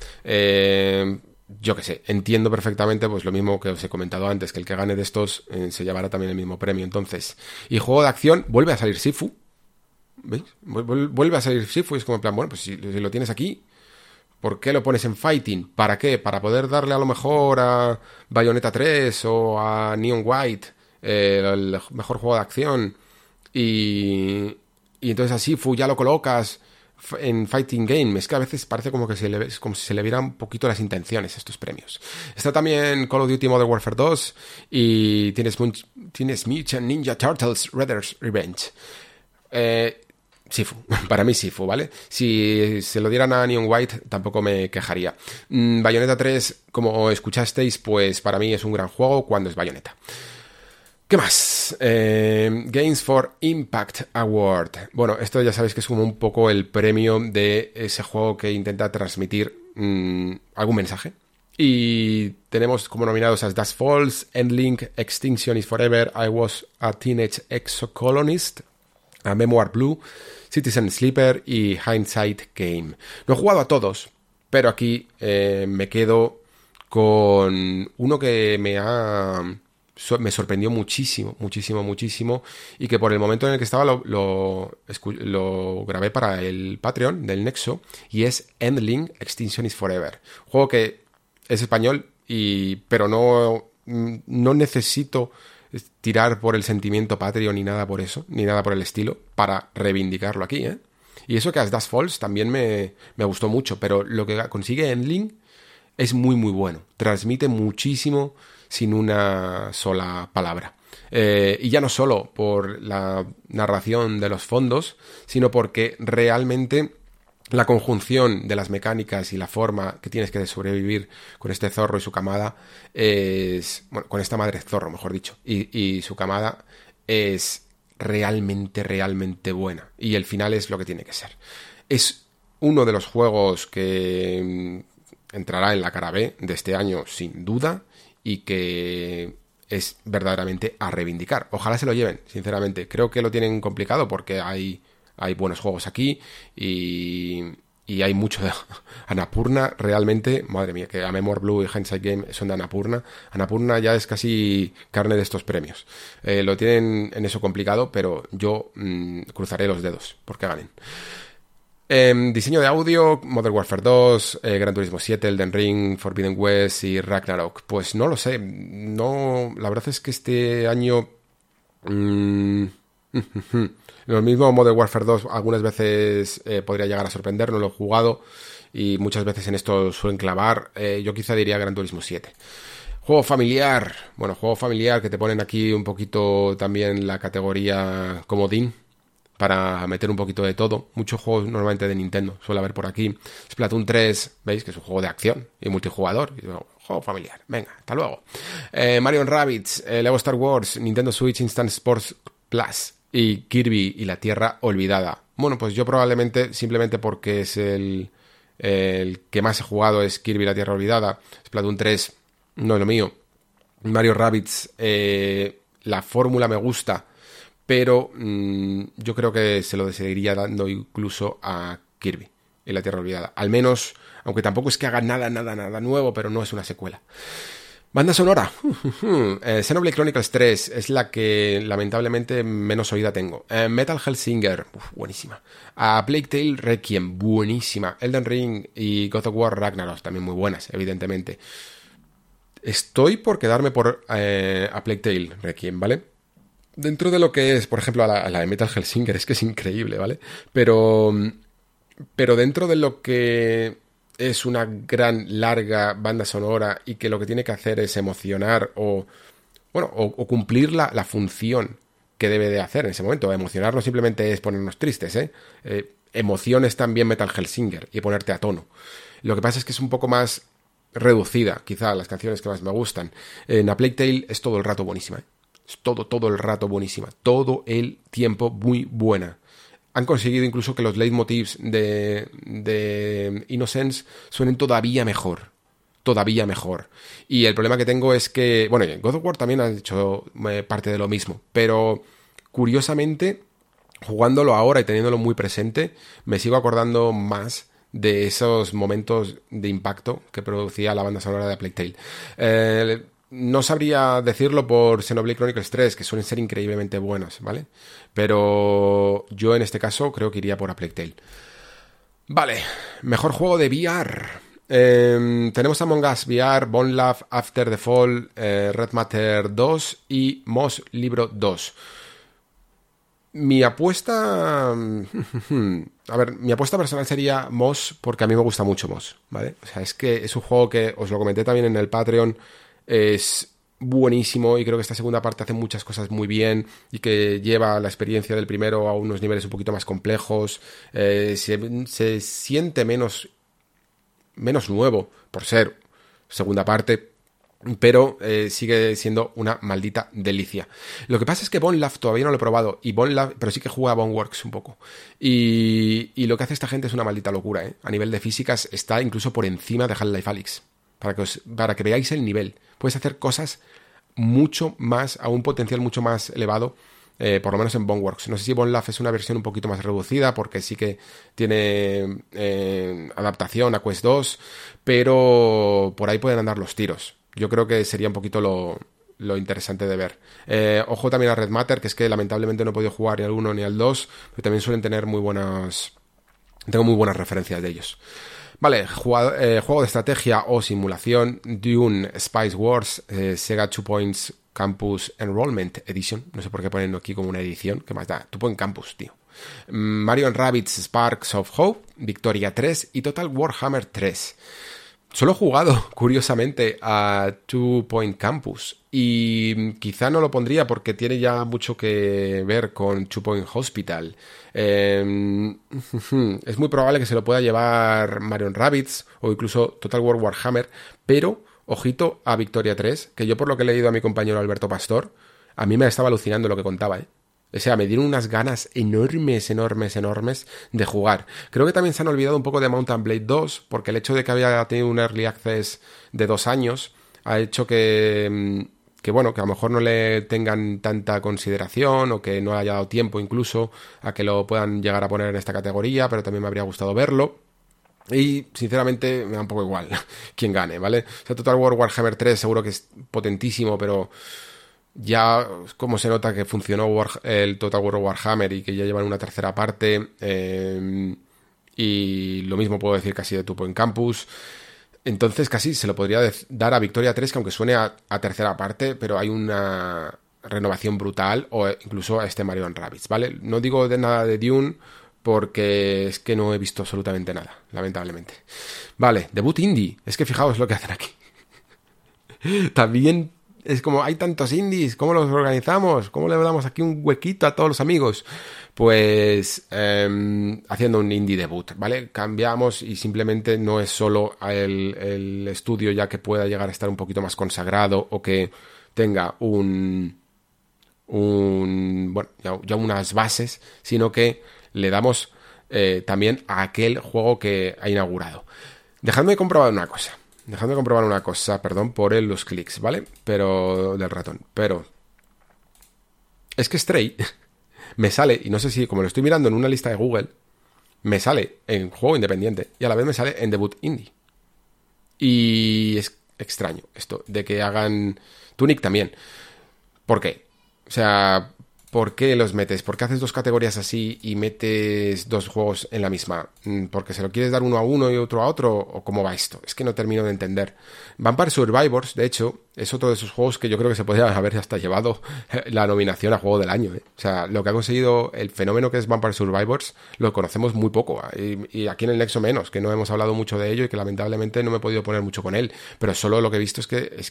Yo qué sé, entiendo perfectamente pues lo mismo que os he comentado antes, que el que gane de estos se llevará también el mismo premio, entonces. Y juego de acción, vuelve a salir Sifu, ¿veis? Vuelve a salir Sifu y es como en plan, bueno, pues si lo tienes aquí, ¿por qué lo pones en Fighting? ¿Para qué? ¿Para poder darle a lo mejor a Bayonetta 3 o a Neon White el mejor juego de acción? Y entonces a Sifu ya lo colocas en Fighting Game. Es que a veces parece como si se le vieran un poquito las intenciones a estos premios. Está también Call of Duty Modern Warfare 2 y Teenage Mutant Ninja Turtles Shredder's Revenge. Sifu, para mí Sifu, ¿vale? Si se lo dieran a Neon White tampoco me quejaría. Bayonetta 3, como escuchasteis, pues para mí es un gran juego cuando es Bayonetta. ¿Qué más? Games for Impact Award. Bueno, esto ya sabéis que es como un poco el premio de ese juego que intenta transmitir algún mensaje. Y tenemos como nominados a Dust Falls, Endlink, Extinction is Forever, I Was a Teenage Exocolonist, a Memoir Blue, Citizen Sleeper y Hindsight Game. No he jugado a todos, pero aquí me quedo con uno que me sorprendió muchísimo y que por el momento en el que estaba lo grabé para el Patreon del Nexo, y es Endling Extinction is Forever. Juego que es español, pero no necesito tirar por el sentimiento patrio ni nada por eso, ni nada por el estilo, para reivindicarlo aquí, ¿eh? Y eso que As Dust Falls también me gustó mucho, pero lo que consigue Endling es muy bueno. Transmite muchísimo sin una sola palabra. Y ya no solo por la narración de los fondos, sino porque realmente la conjunción de las mecánicas y la forma que tienes que sobrevivir con este zorro y su camada con esta madre zorro, mejor dicho, y su camada es realmente buena. Y el final es lo que tiene que ser. Es uno de los juegos que entrará en la cara B de este año, sin duda, y que es verdaderamente a reivindicar. Ojalá se lo lleven, sinceramente. Creo que lo tienen complicado porque hay buenos juegos aquí y hay mucho de Annapurna, realmente. Madre mía, que a Memoir Blue y Hindsight Game son de Annapurna. Annapurna ya es casi carne de estos premios. Lo tienen en eso complicado, pero yo cruzaré los dedos porque ganen. Diseño de audio, Modern Warfare 2, Gran Turismo 7, Elden Ring, Forbidden West y Ragnarok. Pues no lo sé. No, la verdad es que este año lo mismo Modern Warfare 2 algunas veces podría llegar a sorprender, no lo he jugado y muchas veces en esto suelen clavar. Yo quizá diría Gran Turismo 7. Juego familiar, juego familiar que te ponen aquí un poquito también la categoría comodín para meter un poquito de todo. Muchos juegos normalmente de Nintendo suele haber por aquí. Splatoon 3, veis que es un juego de acción y multijugador. Y, juego familiar. Venga, hasta luego. Mario & Rabbids, Lego Star Wars, Nintendo Switch Instant Sports Plus y Kirby y la Tierra Olvidada. Bueno, pues yo probablemente, simplemente porque es el que más he jugado, es Kirby y la Tierra Olvidada. Splatoon 3 no es lo mío. Mario & Rabbids, la fórmula me gusta, pero yo creo que se lo seguiría dando incluso a Kirby y la Tierra Olvidada. Al menos, aunque tampoco es que haga nada nuevo, pero no es una secuela. Banda sonora. Xenoblade Chronicles 3 es la que lamentablemente menos oída tengo. Metal Hellsinger, buenísima. A Plague Tale Requiem, buenísima. Elden Ring y God of War Ragnarok, también muy buenas, evidentemente. Estoy por quedarme por a Plague Tale Requiem, ¿vale? Dentro de lo que es, por ejemplo, a la de Metal Hellsinger, es que es increíble, ¿vale? Pero dentro de lo que es una gran, larga banda sonora y que lo que tiene que hacer es emocionar o cumplir la función que debe de hacer en ese momento. Emocionar no simplemente es ponernos tristes, emociones también Metal Hellsinger y ponerte a tono. Lo que pasa es que es un poco más reducida, quizá, las canciones que más me gustan. En A Plague Tale es todo el rato buenísima, Es todo el rato buenísima. Todo el tiempo muy buena. Han conseguido incluso que los leitmotivs de Innocence suenen todavía mejor. Y el problema que tengo es que, God of War también ha hecho parte de lo mismo, pero curiosamente, jugándolo ahora y teniéndolo muy presente, me sigo acordando más de esos momentos de impacto que producía la banda sonora de A Plague Tale. No sabría decirlo por Xenoblade Chronicles 3, que suelen ser increíblemente buenos, ¿vale? Pero yo en este caso creo que iría por A Plague Tale. Vale, mejor juego de VR. Tenemos Among Us VR, Bone Lab, After the Fall, Red Matter 2 y Moss Libro 2. Mi apuesta... A ver, mi apuesta personal sería Moss, porque a mí me gusta mucho Moss, ¿vale? O sea, es que es un juego que, os lo comenté también en el Patreon, es buenísimo y creo que esta segunda parte hace muchas cosas muy bien y que lleva la experiencia del primero a unos niveles un poquito más complejos. Se siente menos nuevo por ser segunda parte, pero sigue siendo una maldita delicia. Lo que pasa es que Bone Lab todavía no lo he probado, pero sí que juega a Boneworks un poco. Y lo que hace esta gente es una maldita locura, ¿eh? A nivel de físicas está incluso por encima de Half-Life Alyx, para que veáis el nivel. Puedes hacer cosas mucho más, a un potencial mucho más elevado, por lo menos en Boneworks. No sé si Bone Lab es una versión un poquito más reducida, porque sí que tiene adaptación a Quest 2, pero por ahí pueden andar los tiros. Yo creo que sería un poquito lo interesante de ver. Ojo también a Red Matter, que es que lamentablemente no he podido jugar ni al 1 ni al 2, pero también suelen tener tengo muy buenas referencias de ellos. Vale, juego de estrategia o simulación, Dune Spice Wars, Sega 2 Points Campus Enrollment Edition. No sé por qué ponen aquí como una edición, ¿qué más da? 2 Point Campus, tío. Mario & Rabbids Sparks of Hope, Victoria 3 y Total Warhammer 3. Solo he jugado, curiosamente, a 2 Point Campus y quizá no lo pondría porque tiene ya mucho que ver con 2 Point Hospital. Es muy probable que se lo pueda llevar Mario & Rabbids o incluso Total War Warhammer, pero ojito a Victoria 3, que yo por lo que he leído a mi compañero Alberto Pastor, a mí me estaba alucinando lo que contaba, ¿eh? O sea, me dieron unas ganas enormes de jugar. Creo que también se han olvidado un poco de Mount & Blade 2, porque el hecho de que había tenido un Early Access de 2 años ha hecho que bueno, que a lo mejor no le tengan tanta consideración o que no haya dado tiempo incluso a que lo puedan llegar a poner en esta categoría, pero también me habría gustado verlo. Y sinceramente me da un poco igual quién gane, ¿vale? O sea, Total War Warhammer 3 seguro que es potentísimo, pero... ya como se nota que funcionó el Total War Warhammer y que ya llevan una tercera parte, y lo mismo puedo decir casi de 2 Point Campus, entonces casi se lo podría dar a Victoria 3, que aunque suene a tercera parte, pero hay una renovación brutal, o incluso a este Mario & Rabbids, ¿vale? No digo de nada de Dune porque es que no he visto absolutamente nada, lamentablemente. Vale, debut indie, es que fijaos lo que hacen aquí. También es como, hay tantos indies, ¿cómo los organizamos? ¿Cómo le damos aquí un huequito a todos los amigos? Pues haciendo un indie debut, ¿vale? Cambiamos y simplemente no es solo el estudio ya que pueda llegar a estar un poquito más consagrado o que tenga bueno, ya unas bases, sino que le damos también a aquel juego que ha inaugurado. Dejadme comprobar una cosa, perdón por los clics, ¿vale? Pero del ratón. Pero es que Stray me sale, y no sé si, como lo estoy mirando en una lista de Google, me sale en juego independiente y a la vez me sale en debut indie. Y es extraño esto de que hagan Tunic también. ¿Por qué? O sea, ¿por qué los metes? ¿Por qué haces dos categorías así y metes dos juegos en la misma? ¿Porque se lo quieres dar uno a uno y otro a otro? ¿O cómo va esto? Es que no termino de entender. Vampire Survivors, de hecho, es otro de esos juegos que yo creo que se podría haber hasta llevado la nominación a Juego del Año, ¿eh? O sea, lo que ha conseguido el fenómeno que es Vampire Survivors lo conocemos muy poco. Y aquí en el Nexo menos, que no hemos hablado mucho de ello y que lamentablemente no me he podido poner mucho con él. Pero solo lo que he visto es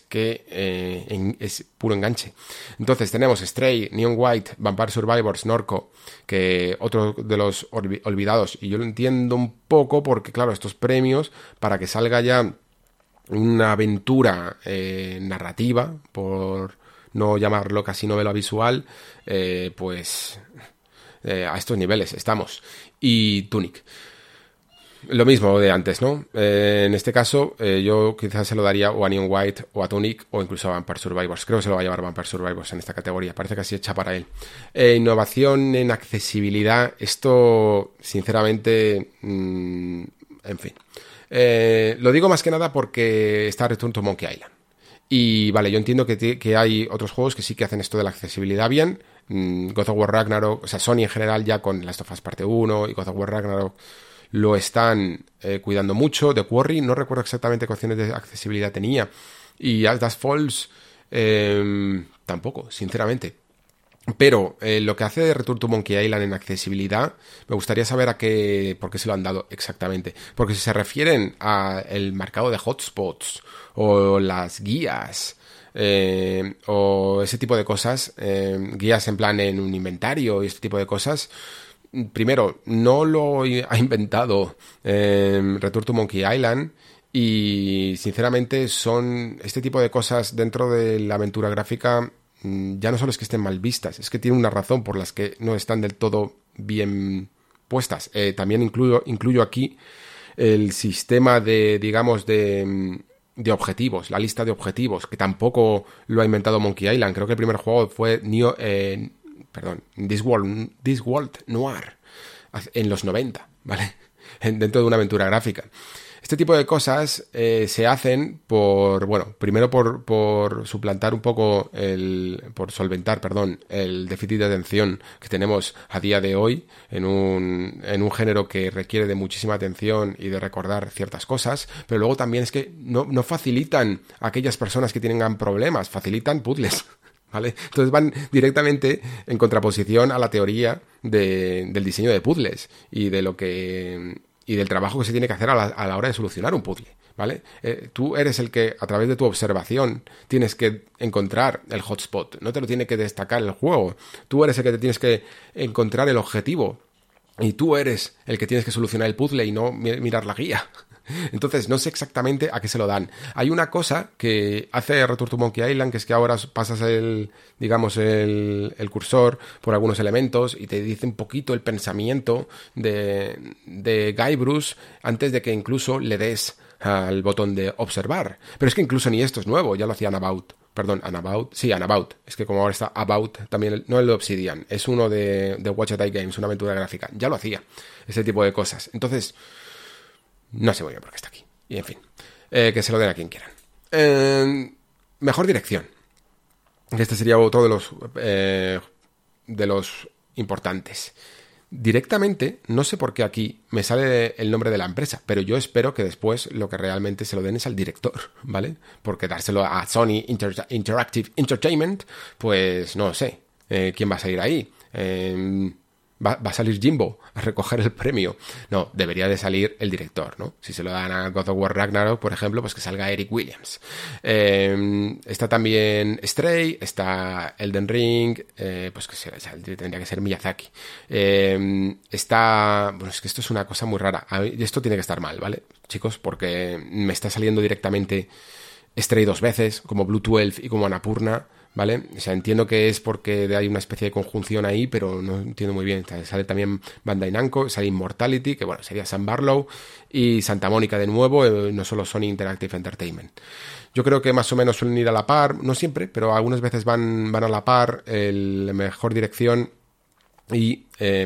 que es puro enganche. Entonces tenemos Stray, Neon White, Vampire Survivors, Norco, que otro de los olvidados, y yo lo entiendo un poco porque claro, estos premios, para que salga ya una aventura narrativa, por no llamarlo casi novela visual, pues a estos niveles estamos. Y Tunic, lo mismo de antes, ¿no? En este caso, yo quizás se lo daría o a Neon White o a Tunic o incluso a Vampire Survivors. Creo que se lo va a llevar Vampire Survivors en esta categoría. Parece casi hecha para él. Innovación en accesibilidad. Esto, sinceramente, en fin. Lo digo más que nada porque está Return to Monkey Island. Y vale, yo entiendo que hay otros juegos que sí que hacen esto de la accesibilidad bien. God of War Ragnarok, o sea, Sony en general ya con Last of Us Parte 1 y God of War Ragnarok lo están cuidando mucho. The Quarry, no recuerdo exactamente qué opciones de accesibilidad tenía. Y As Dust Falls, tampoco, sinceramente. Pero lo que hace Return to Monkey Island en accesibilidad, me gustaría saber por qué se lo han dado exactamente. Porque si se refieren al marcado de hotspots o las guías o ese tipo de cosas, guías en plan en un inventario y este tipo de cosas, primero, no lo ha inventado Return to Monkey Island. Y sinceramente son este tipo de cosas dentro de la aventura gráfica. Ya no solo es que estén mal vistas, es que tienen una razón por las que no están del todo bien puestas. También incluyo aquí el sistema de, digamos, de objetivos, la lista de objetivos, que tampoco lo ha inventado Monkey Island. Creo que el primer juego fue This World Noir, en los 90, ¿vale? Dentro de una aventura gráfica. Este tipo de cosas se hacen primero por suplantar un poco por solventar, el déficit de atención que tenemos a día de hoy en un género que requiere de muchísima atención y de recordar ciertas cosas, pero luego también es que no facilitan a aquellas personas que tengan problemas, facilitan puzzles. ¿Vale? Entonces van directamente en contraposición a la teoría del diseño de puzzles y del trabajo que se tiene que hacer a la hora de solucionar un puzzle, ¿vale? Tú eres el que, a través de tu observación, tienes que encontrar el hotspot, no te lo tiene que destacar el juego. Tú eres el que te tienes que encontrar el objetivo y tú eres el que tienes que solucionar el puzzle y no mirar la guía. Entonces, no sé exactamente a qué se lo dan. Hay una cosa que hace Return to Monkey Island, que es que ahora pasas el cursor por algunos elementos y te dice un poquito el pensamiento de Guybrush antes de que incluso le des al botón de observar. Pero es que incluso ni esto es nuevo, ya lo hacía Anabout. Anabout. Es que como ahora está About, también no el de Obsidian, es uno de Watch It Games, una aventura gráfica. Ya lo hacía, ese tipo de cosas. Entonces, no sé muy bien por qué está aquí. Y en fin, que se lo den a quien quieran. Mejor dirección. Este sería otro de los importantes. Directamente, no sé por qué aquí me sale el nombre de la empresa, pero yo espero que después lo que realmente se lo den es al director, ¿vale? Porque dárselo a Sony Interactive Entertainment, pues no sé quién va a salir ahí. Va a salir Jimbo a recoger el premio. No, debería de salir el director, ¿no? Si se lo dan a God of War Ragnarok, por ejemplo, pues que salga Eric Williams. Está también Stray, está Elden Ring, pues que tendría que ser Miyazaki. Bueno, es que esto es una cosa muy rara. Y esto tiene que estar mal, ¿vale, chicos? Porque me está saliendo directamente Stray 2 veces, como Blue 12 y como Annapurna, ¿vale? O sea, entiendo que es porque hay una especie de conjunción ahí, pero no entiendo muy bien. Sale también Bandai Namco, sale Immortality, que bueno, sería Sam Barlow, y Santa Mónica de nuevo, no solo Sony Interactive Entertainment. Yo creo que más o menos suelen ir a la par, no siempre, pero algunas veces van a la par el mejor dirección y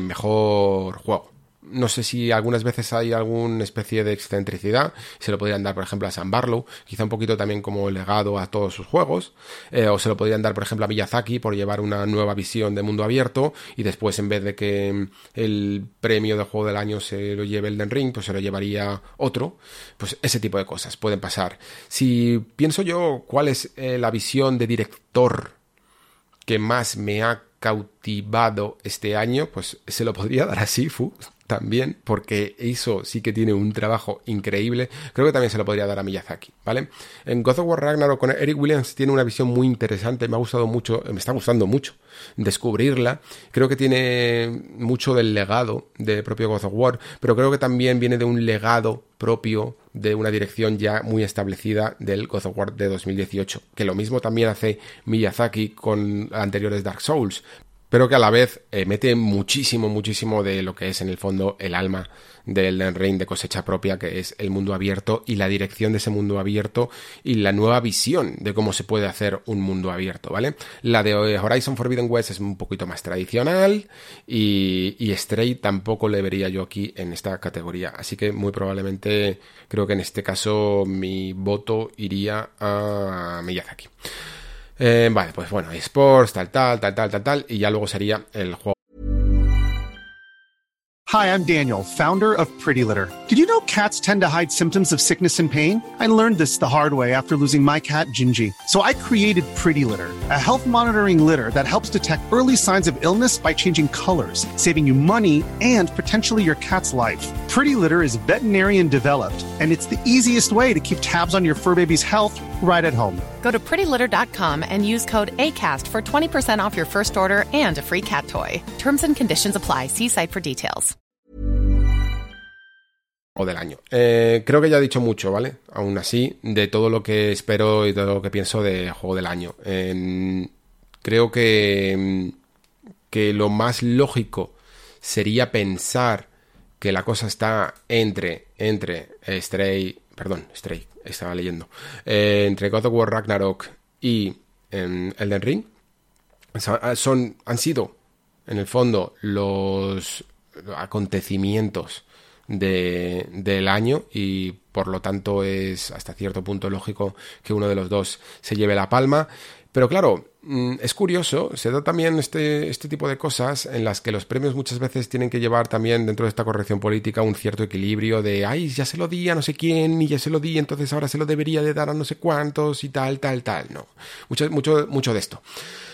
mejor juego. No sé si algunas veces hay alguna especie de excentricidad, se lo podrían dar por ejemplo a Sam Barlow, quizá un poquito también como legado a todos sus juegos, o se lo podrían dar por ejemplo a Miyazaki por llevar una nueva visión de mundo abierto y después en vez de que el premio de juego del año se lo lleve Elden Ring, pues se lo llevaría otro. Pues ese tipo de cosas pueden pasar. Si pienso yo cuál es la visión de director que más me ha cautivado este año, pues se lo podría dar a Sifu también, porque eso sí que tiene un trabajo increíble. Creo que también se lo podría dar a Miyazaki, ¿vale? En God of War Ragnarok con Eric Williams tiene una visión muy interesante, me está gustando mucho descubrirla. Creo que tiene mucho del legado del propio God of War, pero creo que también viene de un legado propio de una dirección ya muy establecida del God of War de 2018, que lo mismo también hace Miyazaki con anteriores Dark Souls, pero que a la vez mete muchísimo de lo que es en el fondo el alma del Elden Ring de cosecha propia, que es el mundo abierto y la dirección de ese mundo abierto y la nueva visión de cómo se puede hacer un mundo abierto, ¿vale? La de Horizon Forbidden West es un poquito más tradicional y Stray tampoco le vería yo aquí en esta categoría, así que muy probablemente creo que en este caso mi voto iría a Miyazaki. Vale, pues bueno, eSports, tal, y ya luego sería el juego. Hi, I'm Daniel, founder of Pretty Litter. Did you know cats tend to hide symptoms of sickness and pain? I learned this the hard way after losing my cat, Gingy. So I created Pretty Litter, a health monitoring litter that helps detect early signs of illness by changing colors, saving you money and potentially your cat's life. Pretty Litter is veterinarian developed, and it's the easiest way to keep tabs on your fur baby's health right at home. Go to prettylitter.com and use code ACAST for 20% off your first order and a free cat toy. Terms and conditions apply. See site for details. Del año. Creo que ya he dicho mucho, ¿vale? Aún así, de todo lo que espero y todo lo que pienso de juego del año. Creo que lo más lógico sería pensar que la cosa está entre Stray, estaba leyendo, entre God of War Ragnarok y Elden Ring. Han sido, en el fondo, los acontecimientos del año, y por lo tanto es hasta cierto punto lógico que uno de los dos se lleve la palma. Pero claro, es curioso, se da también este tipo de cosas en las que los premios muchas veces tienen que llevar también, dentro de esta corrección política, un cierto equilibrio de ay, ya se lo di a no sé quién y ya se lo di, entonces ahora se lo debería de dar a no sé cuántos y tal, no. Mucho de esto.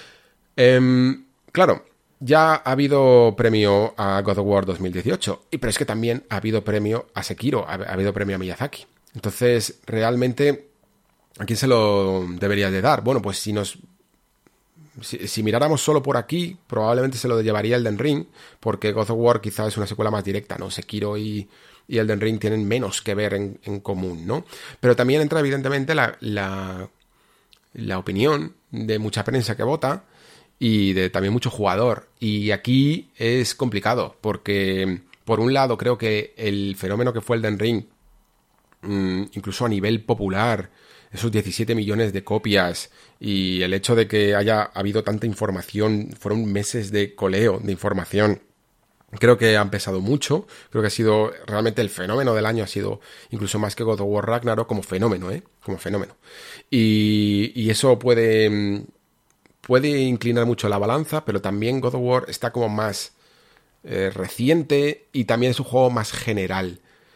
Claro, ya ha habido premio a God of War 2018, pero es que también ha habido premio a Sekiro, ha habido premio a Miyazaki. Entonces, realmente, ¿a quién se lo debería de dar? Bueno, pues si miráramos solo por aquí, probablemente se lo llevaría Elden Ring, porque God of War quizás es una secuela más directa, ¿no? Sekiro y Elden Ring tienen menos que ver en común, ¿no? Pero también entra evidentemente la opinión de mucha prensa que vota, y de también mucho jugador. Y aquí es complicado, porque por un lado creo que el fenómeno que fue Elden Ring, incluso a nivel popular, esos 17 millones de copias y el hecho de que haya habido tanta información, fueron meses de coleo de información, creo que han pesado mucho. Creo que ha sido realmente el fenómeno del año, ha sido incluso más que God of War Ragnarok como fenómeno, como fenómeno. Y eso puede inclinar mucho la balanza, pero también God of War está como más reciente, y también es un juego más general,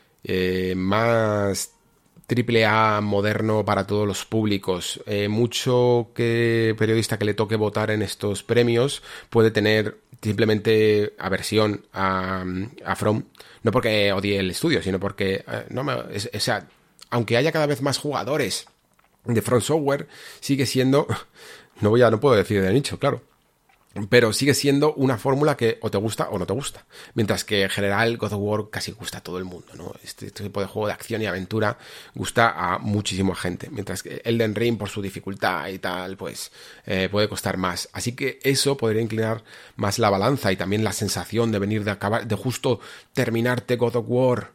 más AAA, moderno para todos los públicos. Mucho que periodista que le toque votar en estos premios puede tener simplemente aversión a From, no porque odie el estudio, sino porque o sea, aunque haya cada vez más jugadores de From Software, sigue siendo no puedo decir de nicho, claro, pero sigue siendo una fórmula que o te gusta o no te gusta, mientras que en general God of War casi gusta a todo el mundo, ¿no? Este tipo de juego de acción y aventura gusta a muchísima gente, mientras que Elden Ring, por su dificultad y tal, pues puede costar más. Así que eso podría inclinar más la balanza, y también la sensación de venir de justo terminarte God of War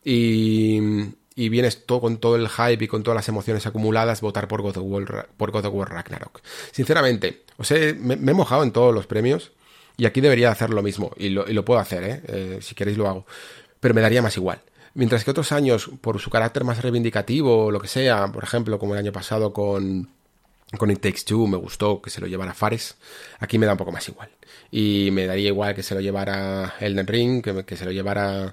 y vienes con todo el hype y con todas las emociones acumuladas, votar por God of War Ragnarok. Sinceramente, me he mojado en todos los premios, y aquí debería hacer lo mismo, y lo puedo hacer, si queréis lo hago, pero me daría más igual. Mientras que otros años, por su carácter más reivindicativo o lo que sea, por ejemplo, como el año pasado con It Takes Two, me gustó que se lo llevara Fares, aquí me da un poco más igual. Y me daría igual que se lo llevara Elden Ring, que se lo llevara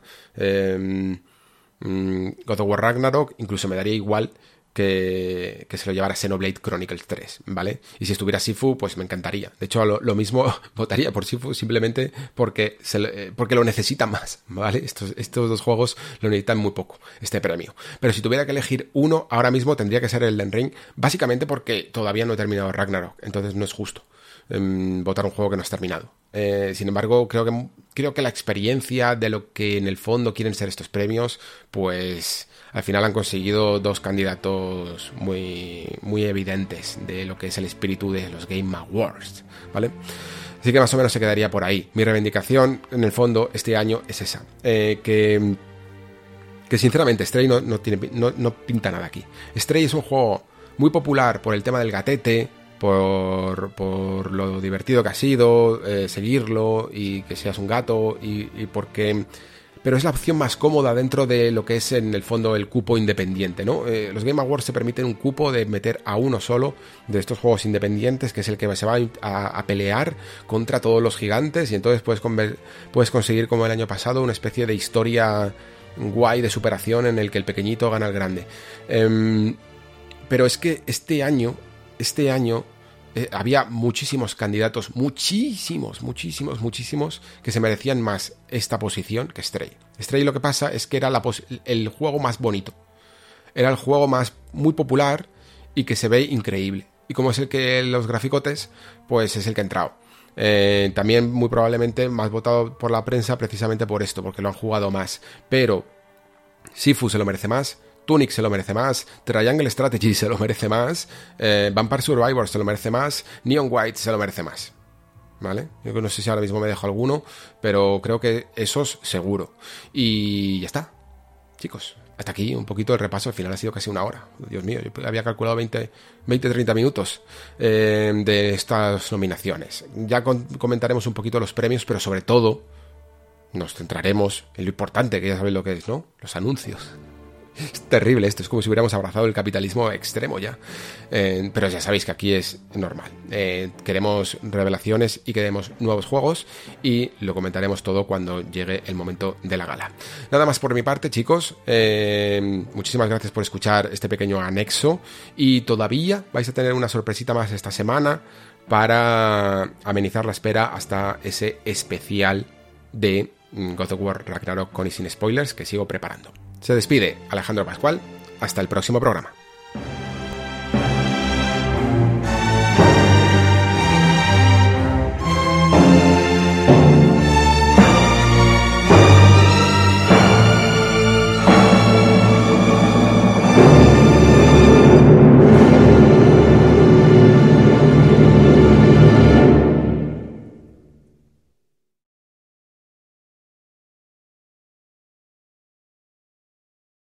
God of War Ragnarok, incluso me daría igual que se lo llevara Xenoblade Chronicles 3, ¿vale? Y si estuviera Sifu, pues me encantaría. De hecho, lo mismo votaría por Sifu, simplemente porque lo necesita más, ¿vale? Estos dos juegos lo necesitan muy poco, este premio. Pero si tuviera que elegir uno, ahora mismo tendría que ser el Elden Ring, básicamente porque todavía no he terminado Ragnarok, entonces no es justo votar un juego que no has terminado. Sin embargo, creo que la experiencia de lo que en el fondo quieren ser estos premios, pues al final han conseguido dos candidatos muy, muy evidentes de lo que es el espíritu de los Game Awards, ¿vale? Así que más o menos se quedaría por ahí. Mi reivindicación, en el fondo, este año es esa, que sinceramente Stray no pinta nada aquí. Stray es un juego muy popular por el tema del gatete, por lo divertido que ha sido seguirlo y que seas un gato, y porque pero es la opción más cómoda dentro de lo que es en el fondo el cupo independiente, ¿no? Los Game Awards se permiten un cupo de meter a uno solo de estos juegos independientes, que es el que se va a pelear contra todos los gigantes, y entonces puedes conseguir, como el año pasado, una especie de historia guay de superación en el que el pequeñito gana al grande. Pero es que este año había muchísimos candidatos, muchísimos, que se merecían más esta posición que Stray. Stray, lo que pasa es que era el juego más bonito. Era el juego muy popular y que se ve increíble. Y como es el que los graficotes, pues es el que ha entrado. También muy probablemente más votado por la prensa precisamente por esto, porque lo han jugado más. Pero Sifu se lo merece más, Tunic se lo merece más, Triangle Strategy se lo merece más, Vampire Survivors se lo merece más, Neon White se lo merece más, ¿vale? Yo no sé si ahora mismo me dejo alguno, pero creo que esos seguro. Y ya está, chicos, hasta aquí un poquito el repaso. Al final ha sido casi una hora, Dios mío, yo había calculado 20-30 minutos de estas nominaciones. Ya comentaremos un poquito los premios, pero sobre todo nos centraremos en lo importante, que ya sabéis lo que es, ¿no? Los anuncios. Es terrible esto, es como si hubiéramos abrazado el capitalismo extremo ya. Pero ya sabéis que aquí es normal. Queremos revelaciones y queremos nuevos juegos, y lo comentaremos todo cuando llegue el momento de la gala. Nada más por mi parte, chicos. Muchísimas gracias por escuchar este pequeño anexo, y todavía vais a tener una sorpresita más esta semana para amenizar la espera hasta ese especial de God of War Ragnarok con y sin spoilers que sigo preparando. Se despide Alejandro Pascual. Hasta el próximo programa.